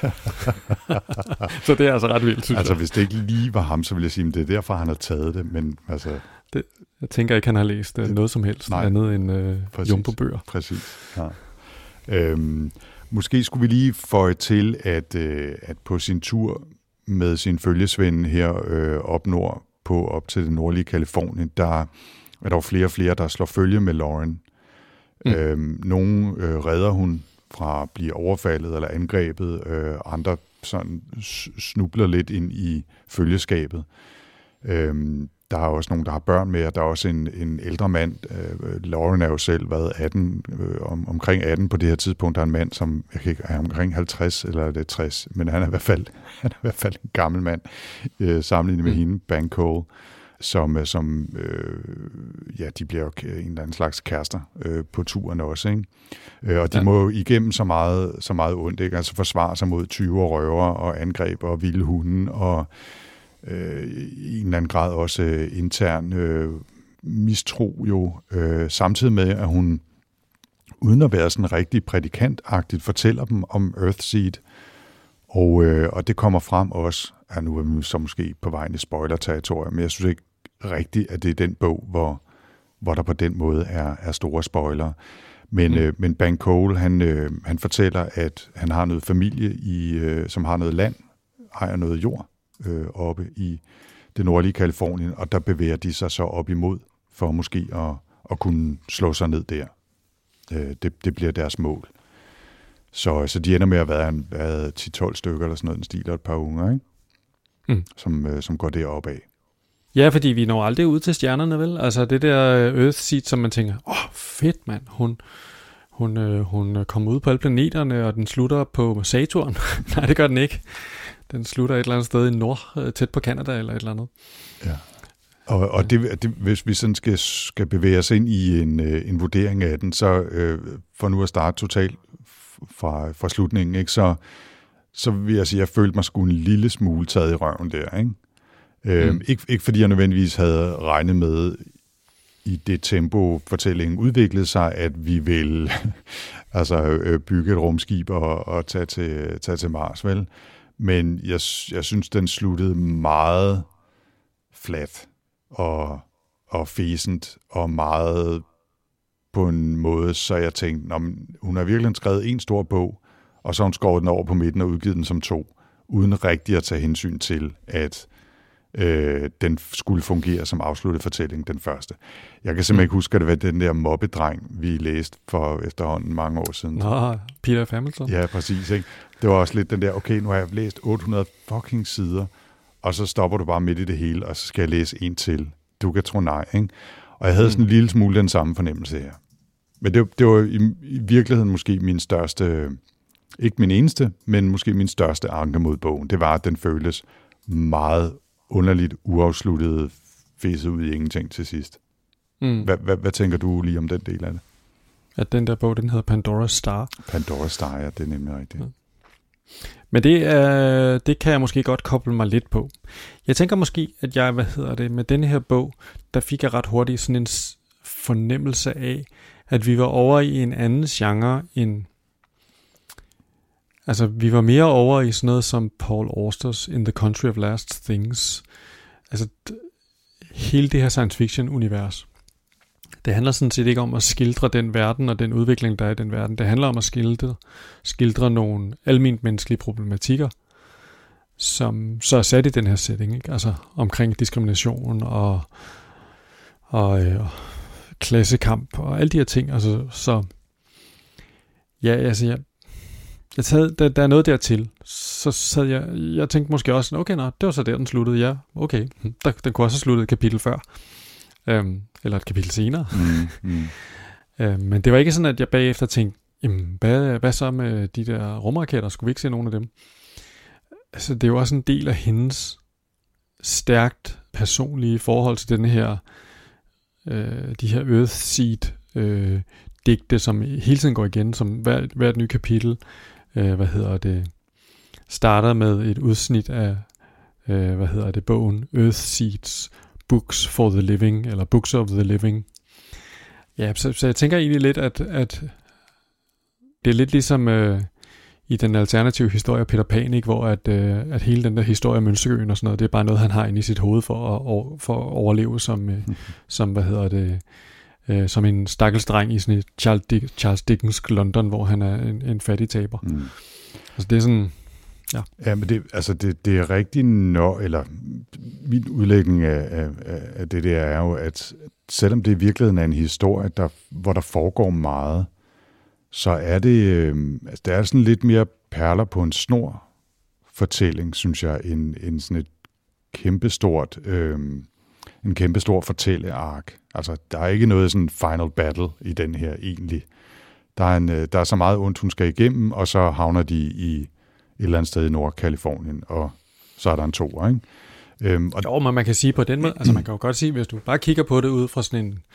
Så det er altså ret vildt, synes Altså jeg. hvis det ikke lige var ham, så ville jeg sige, at det er derfor, han har taget det, men altså... Det, jeg tænker ikke, han har læst uh, noget som helst nej, andet end uh, Jumbo-bøger. Præcis, ja. Øhm, Måske skulle vi lige føje til, at, øh, at på sin tur med sin følgesvend her øh, op nord på op til det nordlige Kalifornien, der er der flere og flere, der slår følge med Lauren. Mm. Øhm, nogle øh, redder hun fra at blive overfaldet eller angrebet, øh, andre sådan snubler lidt ind i følgeskabet. Øhm, Der er også nogen, der har børn med, og der er også en, en ældre mand. Øh, Lauren er jo selv været atten, øh, om, omkring atten på det her tidspunkt. Der er en mand, som jeg kan ikke, er omkring halvtreds eller er det tres, men han er i hvert fald, han er i hvert fald en gammel mand, øh, sammenlignet med mm. hende, Bank Cole, som, som øh, ja, de bliver jo en eller anden slags kærester øh, på turen også, ikke? Øh, og de ja. må jo igennem så meget, så meget ondt, ikke? Altså forsvare sig mod tyve og røver og angreb og vilde hunde og Øh, i en eller anden grad også øh, intern øh, mistro jo, øh, samtidig med, at hun, uden at være sådan rigtig prædikantagtigt, fortæller dem om Earthseed, og, øh, og det kommer frem også, at nu er vi så måske på vejen i spoiler-territorium, men jeg synes ikke rigtigt, at det er den bog, hvor, hvor der på den måde er, er store spoilere. Men, mm. øh, men Bank Cole, han, øh, han fortæller, at han har noget familie, i, øh, som har noget land, ejer noget jord, Øh, oppe i det nordlige Kalifornien, og der bevæger de sig så op imod, for måske at, at kunne slå sig ned der. Øh, det, det bliver deres mål. Så, så de ender med at være, en, være ti tolv stykker eller sådan noget, en stil og et par unger, ikke? Mm. Som, øh, som går deroppe af. Ja, fordi vi når aldrig ud til stjernerne, vel? Altså det der Earthseed, som man tænker, åh, oh, fedt mand, hun, hun, øh, hun kommer ud på alle planeterne, og den slutter på Saturn. Nej, det gør den ikke. Den slutter et eller andet sted i nord, tæt på Canada eller et eller andet. Ja. Og, og det, det, hvis vi sådan skal, skal bevæge os ind i en, en vurdering af den, så øh, for nu at starte totalt fra, fra slutningen, ikke, så, så vil jeg sige, at jeg følte mig sgu en lille smule taget i røven der. Ikke, øh, mm. ikke, ikke fordi jeg nødvendigvis havde regnet med i det tempo, fortællingen udviklede sig, at vi vil altså, bygge et rumskib og, og tage, til, tage til Mars, vel? Men jeg, jeg synes, den sluttede meget flat og, og fæsent og meget på en måde, så jeg tænkte, hun har virkelig skrevet en stor bog, og så har hun skåret den over på midten og udgivet den som to, uden rigtig at tage hensyn til, at øh, den skulle fungere som afsluttet fortælling, den første. Jeg kan simpelthen ikke huske, at det var den der mobbedreng, vi læste for efterhånden mange år siden. Nå, Peter Hamilton. Ja, præcis. Ikke? Det var også lidt den der, okay, nu har jeg læst otte hundrede fucking sider, og så stopper du bare midt i det hele, og så skal jeg læse en til. Du kan tro nej, ikke? Og jeg havde sådan en lille smule den samme fornemmelse her. Men det, det var i, i virkeligheden måske min største, ikke min eneste, men måske min største anke mod bogen. Det var, at den føltes meget underligt uafsluttet, fæset ud i ingenting til sidst. Mm. Hvad, hvad, hvad tænker du lige om den del af det? At den der bog, den hedder Pandora's Star. Pandora's Star, ja, det er nemlig rigtigt. Ja. Men det, øh, det kan jeg måske godt koble mig lidt på. Jeg tænker måske, at jeg, hvad hedder det, med denne her bog, der fik jeg ret hurtigt sådan en fornemmelse af, at vi var over i en anden genre end... Altså, vi var mere over i sådan noget som Paul Austers In the Country of Last Things. Altså, d- hele det her science fiction-univers. Det handler sådan set ikke om at skildre den verden og den udvikling, der er i den verden. Det handler om at skildre, skildre nogle alment menneskelige problematikker, som så er sat i den her setting, ikke? Altså omkring diskrimination og, og, øh, og klassekamp og alle de her ting. Altså, så ja, altså jeg, jeg tager, der, der er noget dertil. Så sad jeg, jeg tænkte måske også, okay, nå, det var så der, den sluttede. Ja, okay, der, den kunne også have sluttet et kapitel før. Øhm, eller et kapitel senere. Mm, mm. øhm, men det var ikke sådan, at jeg bagefter tænkte, jamen, hvad, hvad så med de der rumraketter? Skulle vi ikke se nogen af dem? Altså, det er jo også en del af hendes stærkt personlige forhold til denne her, øh, de her Earthseed øh, digte, som hele tiden går igen, som hvert, hvert nye kapitel, øh, hvad hedder det, starter med et udsnit af, øh, hvad hedder det, bogen Earthseeds Books for the Living, eller Books of the Living. Ja, så, så jeg tænker egentlig lidt, at, at det er lidt ligesom øh, i den alternative historie af Peter Pan, ikke, hvor at, øh, at hele den der historie om Mønsterøen og sådan noget, det er bare noget, han har inde i sit hoved for at, for at overleve som, øh, som, hvad hedder det, øh, som en stakkels dreng i sådan et Charles, Dick, Charles Dickens London, hvor han er en, en fattig taber. Mm. Altså det er sådan... Ja. Ja, men det, altså det, det er rigtigt, når, eller min udlægning af, af, af det der er jo, at selvom det i virkeligheden er en historie, der, hvor der foregår meget, så er det, øh, altså det er sådan lidt mere perler på en snor fortælling, synes jeg, end, end sådan et kæmpestort, øh, en kæmpestor fortælleark. Altså, der er ikke noget sådan final battle i den her egentlig. Der er, en, der er så meget ondt, hun skal igennem, og så havner de i et eller andet sted i Nordkalifornien, og så er der en toer, ikke? Øhm, og jo, men man kan sige på den måde, altså man kan jo godt sige, hvis du bare kigger på det ud fra sådan en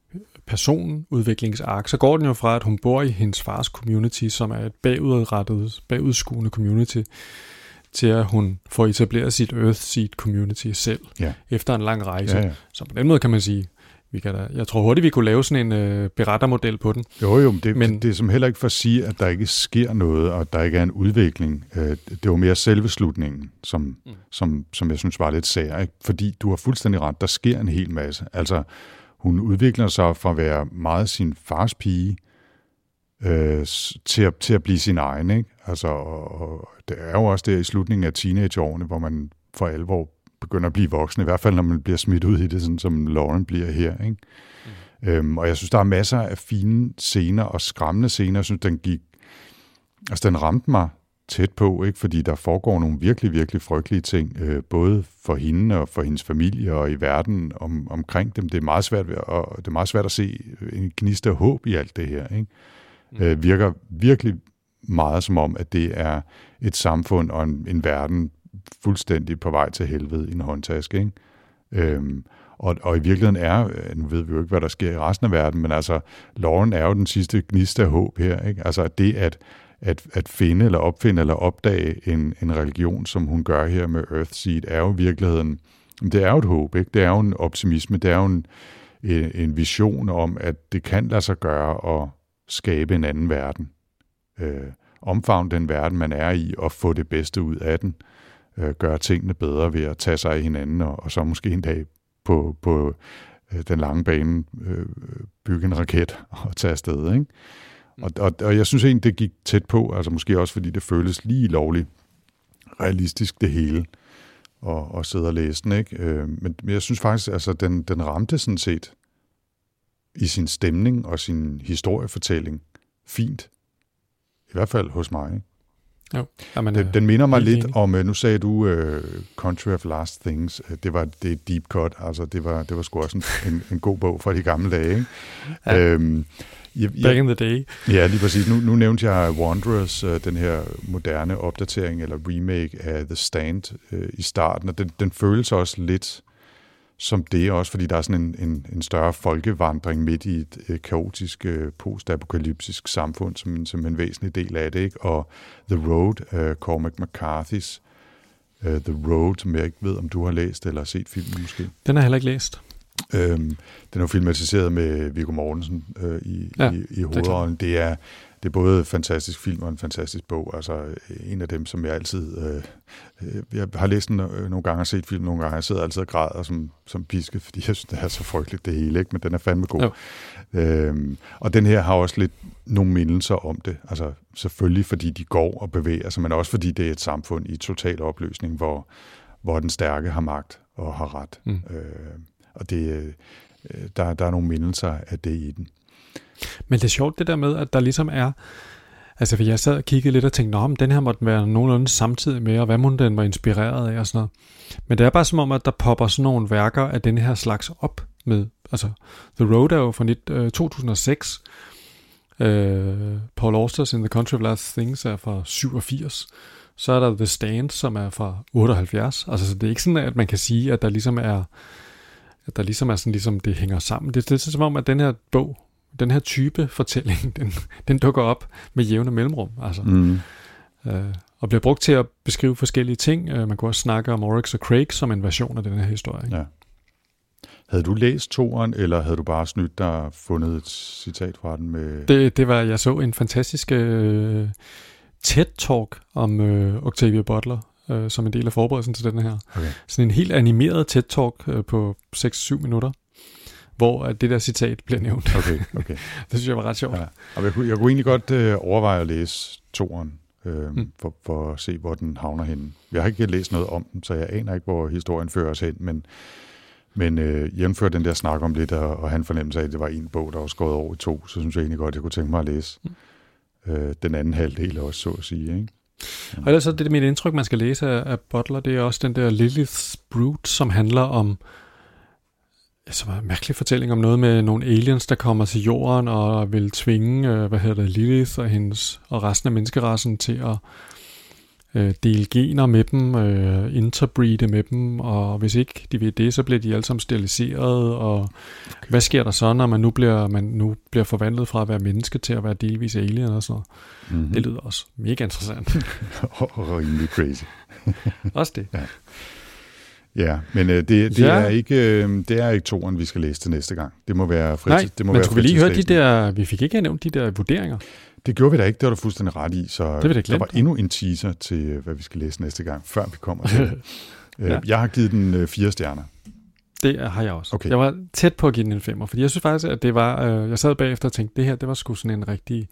personudviklingsark, så går den jo fra, at hun bor i hendes fars community, som er et bagudrettet, bagudskuende community, til at hun får etableret sit Earthseed community selv, ja. Efter en lang rejse. Ja, ja. Så på den måde kan man sige, vi kan da, jeg tror hurtigt, vi kunne lave sådan en øh, berettermodel på den. Jo, jo, det, men det, det er som heller ikke for at sige, at der ikke sker noget, og der ikke er en udvikling. Øh, det var mere selve slutningen, som, mm. som, som jeg synes var lidt sær, ikke? Fordi du har fuldstændig ret, der sker en hel masse. Altså, hun udvikler sig fra at være meget sin fars pige, øh, til, at, til at blive sin egen, ikke? Altså, og, og det er jo også der i slutningen af teenageårene, hvor man for alvor begynder at blive voksen, i hvert fald når man bliver smidt ud i det, sådan som Lauren bliver her, ikke? Mm. Øhm, og jeg synes, der er masser af fine scener og skræmmende scener. Jeg synes, den gik altså den ramte mig tæt på, ikke? Fordi der foregår nogle virkelig, virkelig frygtelige ting, øh, både for hende og for hendes familie og i verden om, omkring dem. Det er meget svært, og det er meget svært at se en gnist af håb i alt det her, ikke? Mm. Øh, virker virkelig meget som om, at det er et samfund og en, en verden fuldstændig på vej til helvede i en håndtaske, ikke? Øhm, og, og i virkeligheden er, nu ved vi jo ikke, hvad der sker i resten af verden, men altså, Lauren er jo den sidste gnist af håb her, ikke? Altså det at, at, at finde eller opfinde eller opdage en, en religion, som hun gør her med Earthseed, er jo i virkeligheden, det er jo et håb, ikke? Det er jo en optimisme, det er jo en, en vision om, at det kan lade sig gøre at skabe en anden verden. Øh, omfavne den verden, man er i, og få det bedste ud af den. Øh, gøre tingene bedre ved at tage sig af hinanden, og, og så måske en dag på, på øh, den lange bane øh, bygge en raket og tage afsted, ikke? Mm. Og, og, og jeg synes egentlig, det gik tæt på, altså måske også fordi det føles lige lovligt realistisk det hele, og, og sidde og læse den, ikke? Øh, men, men jeg synes faktisk, altså den, den ramte sådan set i sin stemning og sin historiefortælling fint. I hvert fald hos mig, ikke? Jo. Jamen, den, den minder mig lidt enig. om, nu sagde du uh, Country of Last Things, det var det er deep cut, altså det var, det var sgu også en, en, en god bog fra de gamle dage, ikke? Ja. Øhm, jeg, jeg, Back in the day. Ja, lige præcis. Nu, nu nævnte jeg Wanderers, uh, den her moderne opdatering eller remake af The Stand uh, i starten, og den, den føles også lidt som det også, fordi der er sådan en, en, en større folkevandring midt i et øh, kaotisk, øh, postapokalyptisk samfund, som, som en væsentlig del af det, ikke? Og The Road, øh, Cormac McCarthy's øh, The Road, som jeg ikke ved, om du har læst eller set filmen måske. Den har jeg heller ikke læst. Øhm, den er jo filmatiseret med Viggo Mortensen øh, i, ja, i, i hovedrollen. Det er, det er både en fantastisk film og en fantastisk bog. Altså en af dem, som jeg altid... Øh, jeg har læst den nogle gange og set film nogle gange. Jeg sidder altid og græder som, som piske, fordi jeg synes, det er så frygteligt det hele, ikke? Men den er fandme god. Øhm, og den her har også lidt nogle mindelser om det. Altså selvfølgelig, fordi de går og bevæger sig, men også fordi det er et samfund i total opløsning, hvor, hvor den stærke har magt og har ret. Mm. Øh, og det, der, der er nogle mindelser af det i den. Men det er sjovt det der med, at der ligesom er... Altså, for jeg sad og kiggede lidt og tænkte, nå, men den her måtte være nogenlunde samtidig med, og hvad må den var inspireret af og sådan noget. Men det er bare som om, at der popper sådan nogle værker af den her slags op med. Altså, The Road er jo fra to tusind og seks. Uh, Paul Auster's In the Country of Last Things er fra syvogfirs. Så er der The Stand, som er fra otteoghalvfjerds. Altså, så det er ikke sådan, at man kan sige, at der ligesom er, at der ligesom er sådan, ligesom det hænger sammen. Det, det er som om, at den her bog, den her type fortælling, den, den dukker op med jævne mellemrum, altså. Mm. Øh, og bliver brugt til at beskrive forskellige ting. Øh, man kunne også snakke om Oryx og Craig som en version af den her historie. Ja. Havde du læst toeren, eller havde du bare snydt dig og fundet et citat fra den med... Det, det var, jeg så en fantastisk øh, TED-talk om øh, Octavia Butler, øh, som en del af forberedelsen til den her. Okay. Sådan en helt animeret TED-talk øh, på seks til syv minutter, hvor det der citat bliver nævnt. Okay, okay. Det synes jeg var ret sjovt. Ja. Og jeg, kunne, jeg kunne egentlig godt øh, overveje at læse toeren, øh, mm. for, for at se, hvor den havner henne. Jeg har ikke læst noget om den, så jeg aner ikke, hvor historien fører os hen, men, men øh, jævnfør den der snak om lidt, og, og han fornemmelse af, at det var en bog, der var skåret over i to, så synes jeg egentlig godt, jeg kunne tænke mig at læse mm. øh, den anden halvdel også, så at sige, ikke? Ja. Og ellers er det mit indtryk, man skal læse af, af Butler, det er også den der Lilith's Brood, som handler om så var en mærkelig fortælling om noget med nogle aliens, der kommer til jorden og vil tvinge, øh, hvad hedder det, Lilith og hendes og resten af menneskerassen til at øh, dele gener med dem, øh, interbreede med dem, og hvis ikke de vil det, så bliver de alle sammen steriliseret, og okay. Hvad sker der så, når man nu bliver, man nu bliver forvandlet fra at være menneske til at være delvis alien og sådan noget. Mm-hmm. Det lyder også mega interessant. Og rimelig crazy. Også det. Ja. Ja, men øh, det, det, ja. Er ikke, øh, det er ikke toeren, vi skal læse til næste gang. Det må være fritids. Nej, det må men være skulle vi lige høre de der... Vi fik ikke nævnt de der vurderinger. Det gjorde vi da ikke, det var du fuldstændig ret i. Så det der var endnu en teaser til, hvad vi skal læse næste gang, før vi kommer til det. ja. Jeg har givet den øh, fire stjerner. Det har jeg også. Okay. Jeg var tæt på at give den en femmer, fordi jeg synes faktisk, at det var... Øh, jeg sad bagefter og tænkte, det her, det var sgu sådan en rigtig...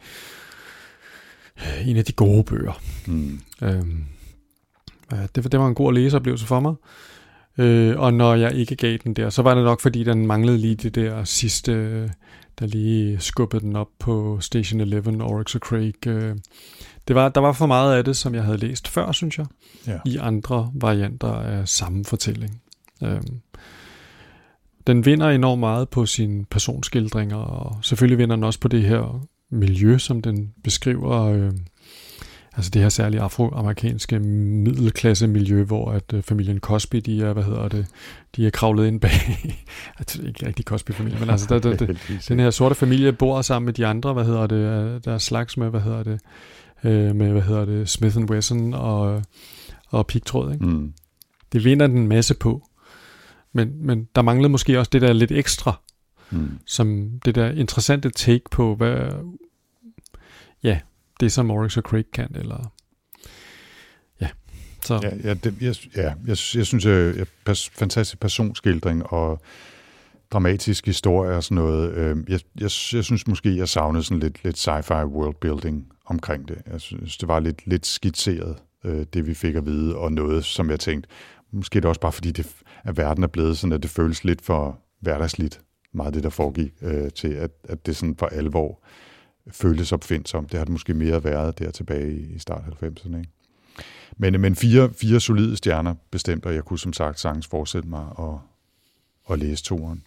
Øh, en af de gode bøger. Mm. Øhm, øh, det, det var en god læseoplevelse for mig. Øh, og når jeg ikke gav den der, så var det nok, fordi den manglede lige det der sidste, der lige skubbede den op på Station elleve, Oryx og Craig. Øh, det var, der var for meget af det, som jeg havde læst før, synes jeg, ja. I andre varianter af samme fortælling. Øh, den vinder enormt meget på sine personskildringer, og selvfølgelig vinder den også på det her miljø, som den beskriver. Øh, altså det her særlige afroamerikanske middelklasse miljø, hvor at øh, familien Cosby, de er, hvad hedder det, de er kravlet ind bag, altså ikke rigtig Cosby-familie, men altså der, der, der, den her sorte familie bor sammen med de andre, hvad hedder det, der er slags med, hvad hedder det, øh, med, hvad hedder det, Smith and Wesson og, og pigtråd, ikke? Mm. Det vinder den en masse på, men, men der manglede måske også det der lidt ekstra, mm. som det der interessante take på, hvad, ja, det som Oryx og Craig kan, eller ja, så. Ja, ja, det, jeg, ja jeg, jeg synes, at jeg, pers, fantastisk personskildring og dramatisk historie og sådan noget. Øh, jeg, jeg, jeg synes måske, jeg savnede sådan lidt, lidt sci-fi worldbuilding omkring det. Jeg synes, det var lidt, lidt skitseret, øh, det vi fik at vide, og noget, som jeg tænkte, måske det også bare fordi, det, at verden er blevet sådan, at det føles lidt for hverdagsligt, meget det, der foregik, øh, til at, at det sådan for alvor føltes opfindsomt. Det har det måske mere været der tilbage i start halvfemserne. Ikke? Men, men fire, fire solide stjerner bestemt, og jeg kunne som sagt sagtens fortsætte mig og, og læse toeren.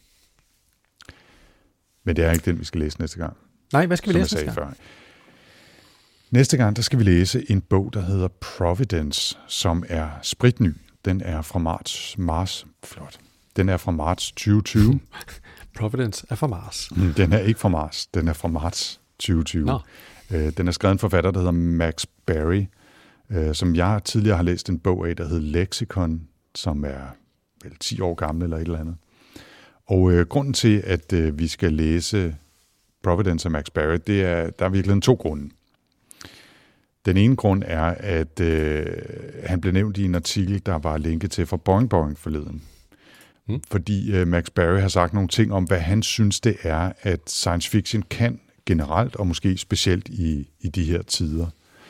Men det er ikke den, vi skal læse næste gang. Nej, hvad skal vi læse næste gang? Før. Næste gang, der skal vi læse en bog, der hedder Providence, som er spritny. Den er fra marts, Mars, flot. Den er fra marts tyve tyve. Providence er fra Mars. Den er ikke fra Mars, den er fra marts tyve tyve. Nå. Den er skrevet af en forfatter, der hedder Max Barry, som jeg tidligere har læst en bog af, der hedder Lexicon, som er vel ti år gammel eller et eller andet. Og øh, grunden til, at øh, vi skal læse Providence af Max Barry, det er, der er virkelig to grunde. Den ene grund er, at øh, han blev nævnt i en artikel, der var linket til fra Boing Boing forleden. Mm. Fordi øh, Max Barry har sagt nogle ting om, hvad han synes, det er, at science fiction kan generelt, og måske specielt i, i de her tider.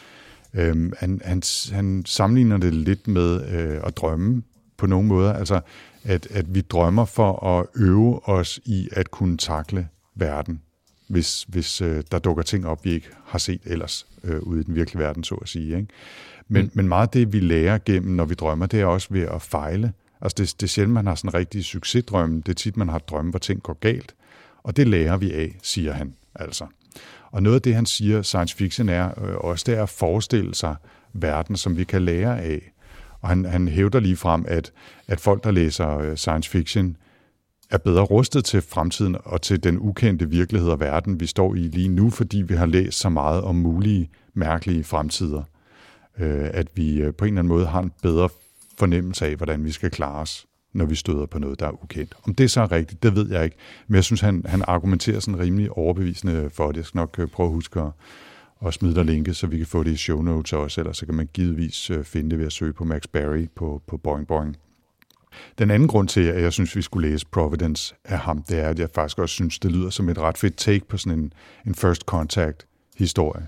Øhm, han, han, han sammenligner det lidt med øh, at drømme på nogle måder. Altså, at, at vi drømmer for at øve os i at kunne takle verden, hvis, hvis øh, der dukker ting op, vi ikke har set ellers øh, ude i den virkelige verden, så at sige. Ikke? Men, mm. men meget af det, vi lærer gennem, når vi drømmer, det er også ved at fejle. Altså, det, det er sjældent, man har sådan en rigtig succesdrømme. Det er tit, man har drømme, hvor ting går galt. Og det lærer vi af, siger han altså. Og noget af det, han siger, science fiction er øh, også, det er at forestille sig verden, som vi kan lære af. Og han, han hævder lige frem, at, at folk, der læser øh, science fiction, er bedre rustet til fremtiden og til den ukendte virkelighed og verden, vi står i lige nu, fordi vi har læst så meget om mulige, mærkelige fremtider. Øh, at vi øh, på en eller anden måde har en bedre fornemmelse af, hvordan vi skal klare os, når vi støder på noget, der er ukendt. Om det så er rigtigt, det ved jeg ikke. Men jeg synes, han, han argumenterer sådan rimelig overbevisende for det. Jeg skal nok prøve at huske at, at smide der linket, så vi kan få det i show notes også, ellers så kan man givetvis finde det ved at søge på Max Barry på, på Boing Boing. Den anden grund til, at jeg synes, vi skulle læse Providence af ham, det er, at jeg faktisk også synes, det lyder som et ret fedt take på sådan en, en first contact-historie.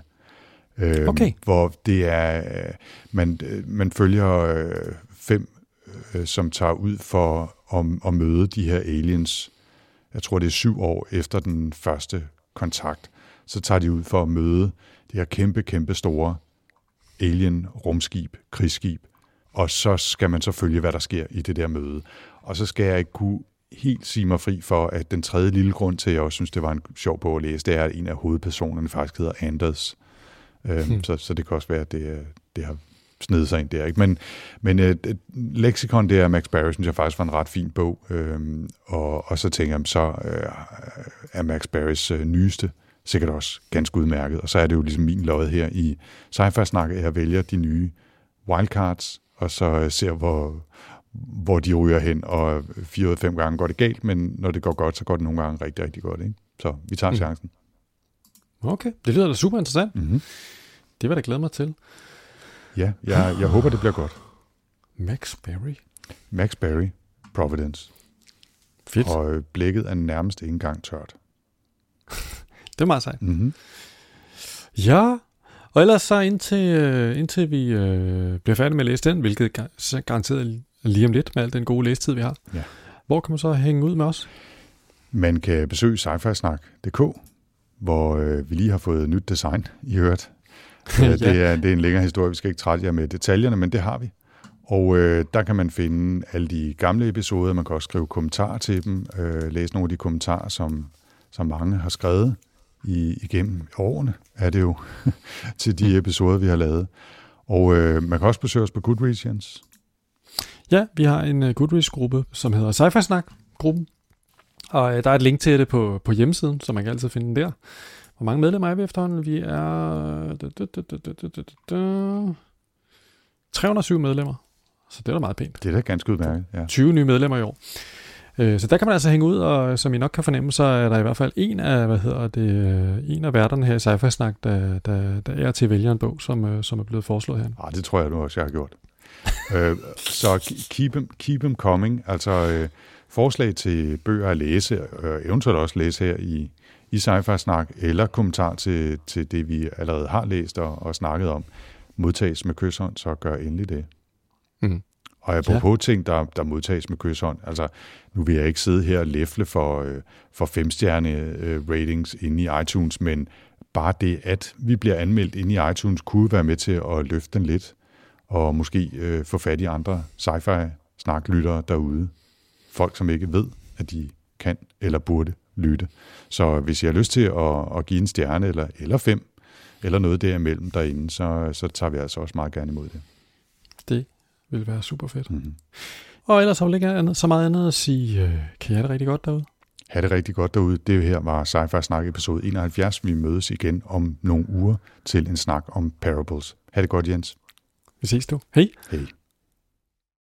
Okay. Øh, hvor det er, man, man følger øh, fem, øh, som tager ud for at, at møde de her aliens. Jeg tror, det er syv år efter den første kontakt. Så tager de ud for at møde de her kæmpe, kæmpe store alien-rumskib, krigsskib. Og så skal man så følge, hvad der sker i det der møde. Og så skal jeg ikke kunne helt sige mig fri for, at den tredje lille grund til, at jeg også synes, det var en sjov bog at læse, det er, at en af hovedpersonerne faktisk hedder Anders. Øhm, hmm. så, så det kan også være, at det, det har snedet sig ind der. Ikke? Men, men uh, Lexicon, det er Max Barry, synes jeg faktisk var en ret fin bog. Øhm, og, og så tænker jeg, så øh, er Max Barrys øh, nyeste sikkert også ganske udmærket. Og så er det jo ligesom min lod her i Sci-Fi-snak, at jeg vælger de nye wildcards, og så ser, hvor, hvor de ryger hen, og fire ud af fem gange går det galt, men når det går godt, så går det nogle gange rigtig, rigtig godt. Ikke? Så vi tager mm. chancen. Okay, det lyder da super interessant. Mm-hmm. Det vil jeg da glæde mig til. Ja, jeg, jeg håber, det bliver godt. Max Barry? Max Barry, Providence. Fedt. Og blækket er nærmest ikke engang tørt. Det er meget sejt. Mm-hmm. Ja, og ellers så indtil, øh, indtil vi øh, bliver færdige med at læse den, hvilket gar- garanteret lige om lidt med al den gode læstid, vi har. Ja. Hvor kan man så hænge ud med os? Man kan besøge sci-fi snak punktum d k, hvor øh, vi lige har fået nyt design, I hørt. ja. det, er, det er en længere historie, vi skal ikke trætte jer med detaljerne, men det har vi. Og øh, der kan man finde alle de gamle episoder, man kan også skrive kommentarer til dem, øh, læse nogle af de kommentarer, som, som mange har skrevet i, igennem årene, er det jo, til de episoder, vi har lavet. Og øh, man kan også besøge os på Goodreads, Jens. Ja, vi har en uh, Goodreads-gruppe, som hedder Sci-Fi Snak-gruppen. Og uh, der er et link til det på, på hjemmesiden, så man kan altid finde den der. Hvor mange medlemmer er vi efterhånden? Vi er tre hundrede og syv medlemmer. Så det er da meget pænt. Det er da ganske udmærket, ja. tyve nye medlemmer i år. Uh, så der kan man altså hænge ud, og som I nok kan fornemme, så er der i hvert fald en af, hvad hedder det, en af værterne her i Sci-Fi Snak, der, der, der er til vælger en bog, som, uh, som er blevet foreslået her. Ah, det tror jeg nu også, jeg har gjort. uh, så keep them, keep them coming. Altså uh, forslag til bøger at læse, og eventuelt også læse her i, i Sci-Fi Snak, eller kommentar til, til det, vi allerede har læst og, og snakket om, modtages med kysshånd, så gør endelig det. Mm. Og apropos ja. ting, der, der modtages med kysshånd, altså nu vil jeg ikke sidde her og læfle for, øh, for femstjerne øh, ratings inde i iTunes, men bare det, at vi bliver anmeldt inde i iTunes, kunne være med til at løfte den lidt, og måske øh, få fat i andre sci-fi snaklyttere derude. Folk, som ikke ved, at de kan eller burde lytte. Så hvis I har lyst til at, at give en stjerne eller, eller fem, eller noget derimellem derinde, så, så tager vi altså også meget gerne imod det. Det vil være super fedt. Mm-hmm. Og ellers har vi ikke andet, så meget andet at sige, øh, kan I have det rigtig godt derude? Ha' det rigtig godt derude. Det her var Sci-Fi Snak episode enoghalvfjerds. Vi mødes igen om nogle uger til en snak om Parables. Ha' det godt, Jens. Vi ses du. Hej. Hej.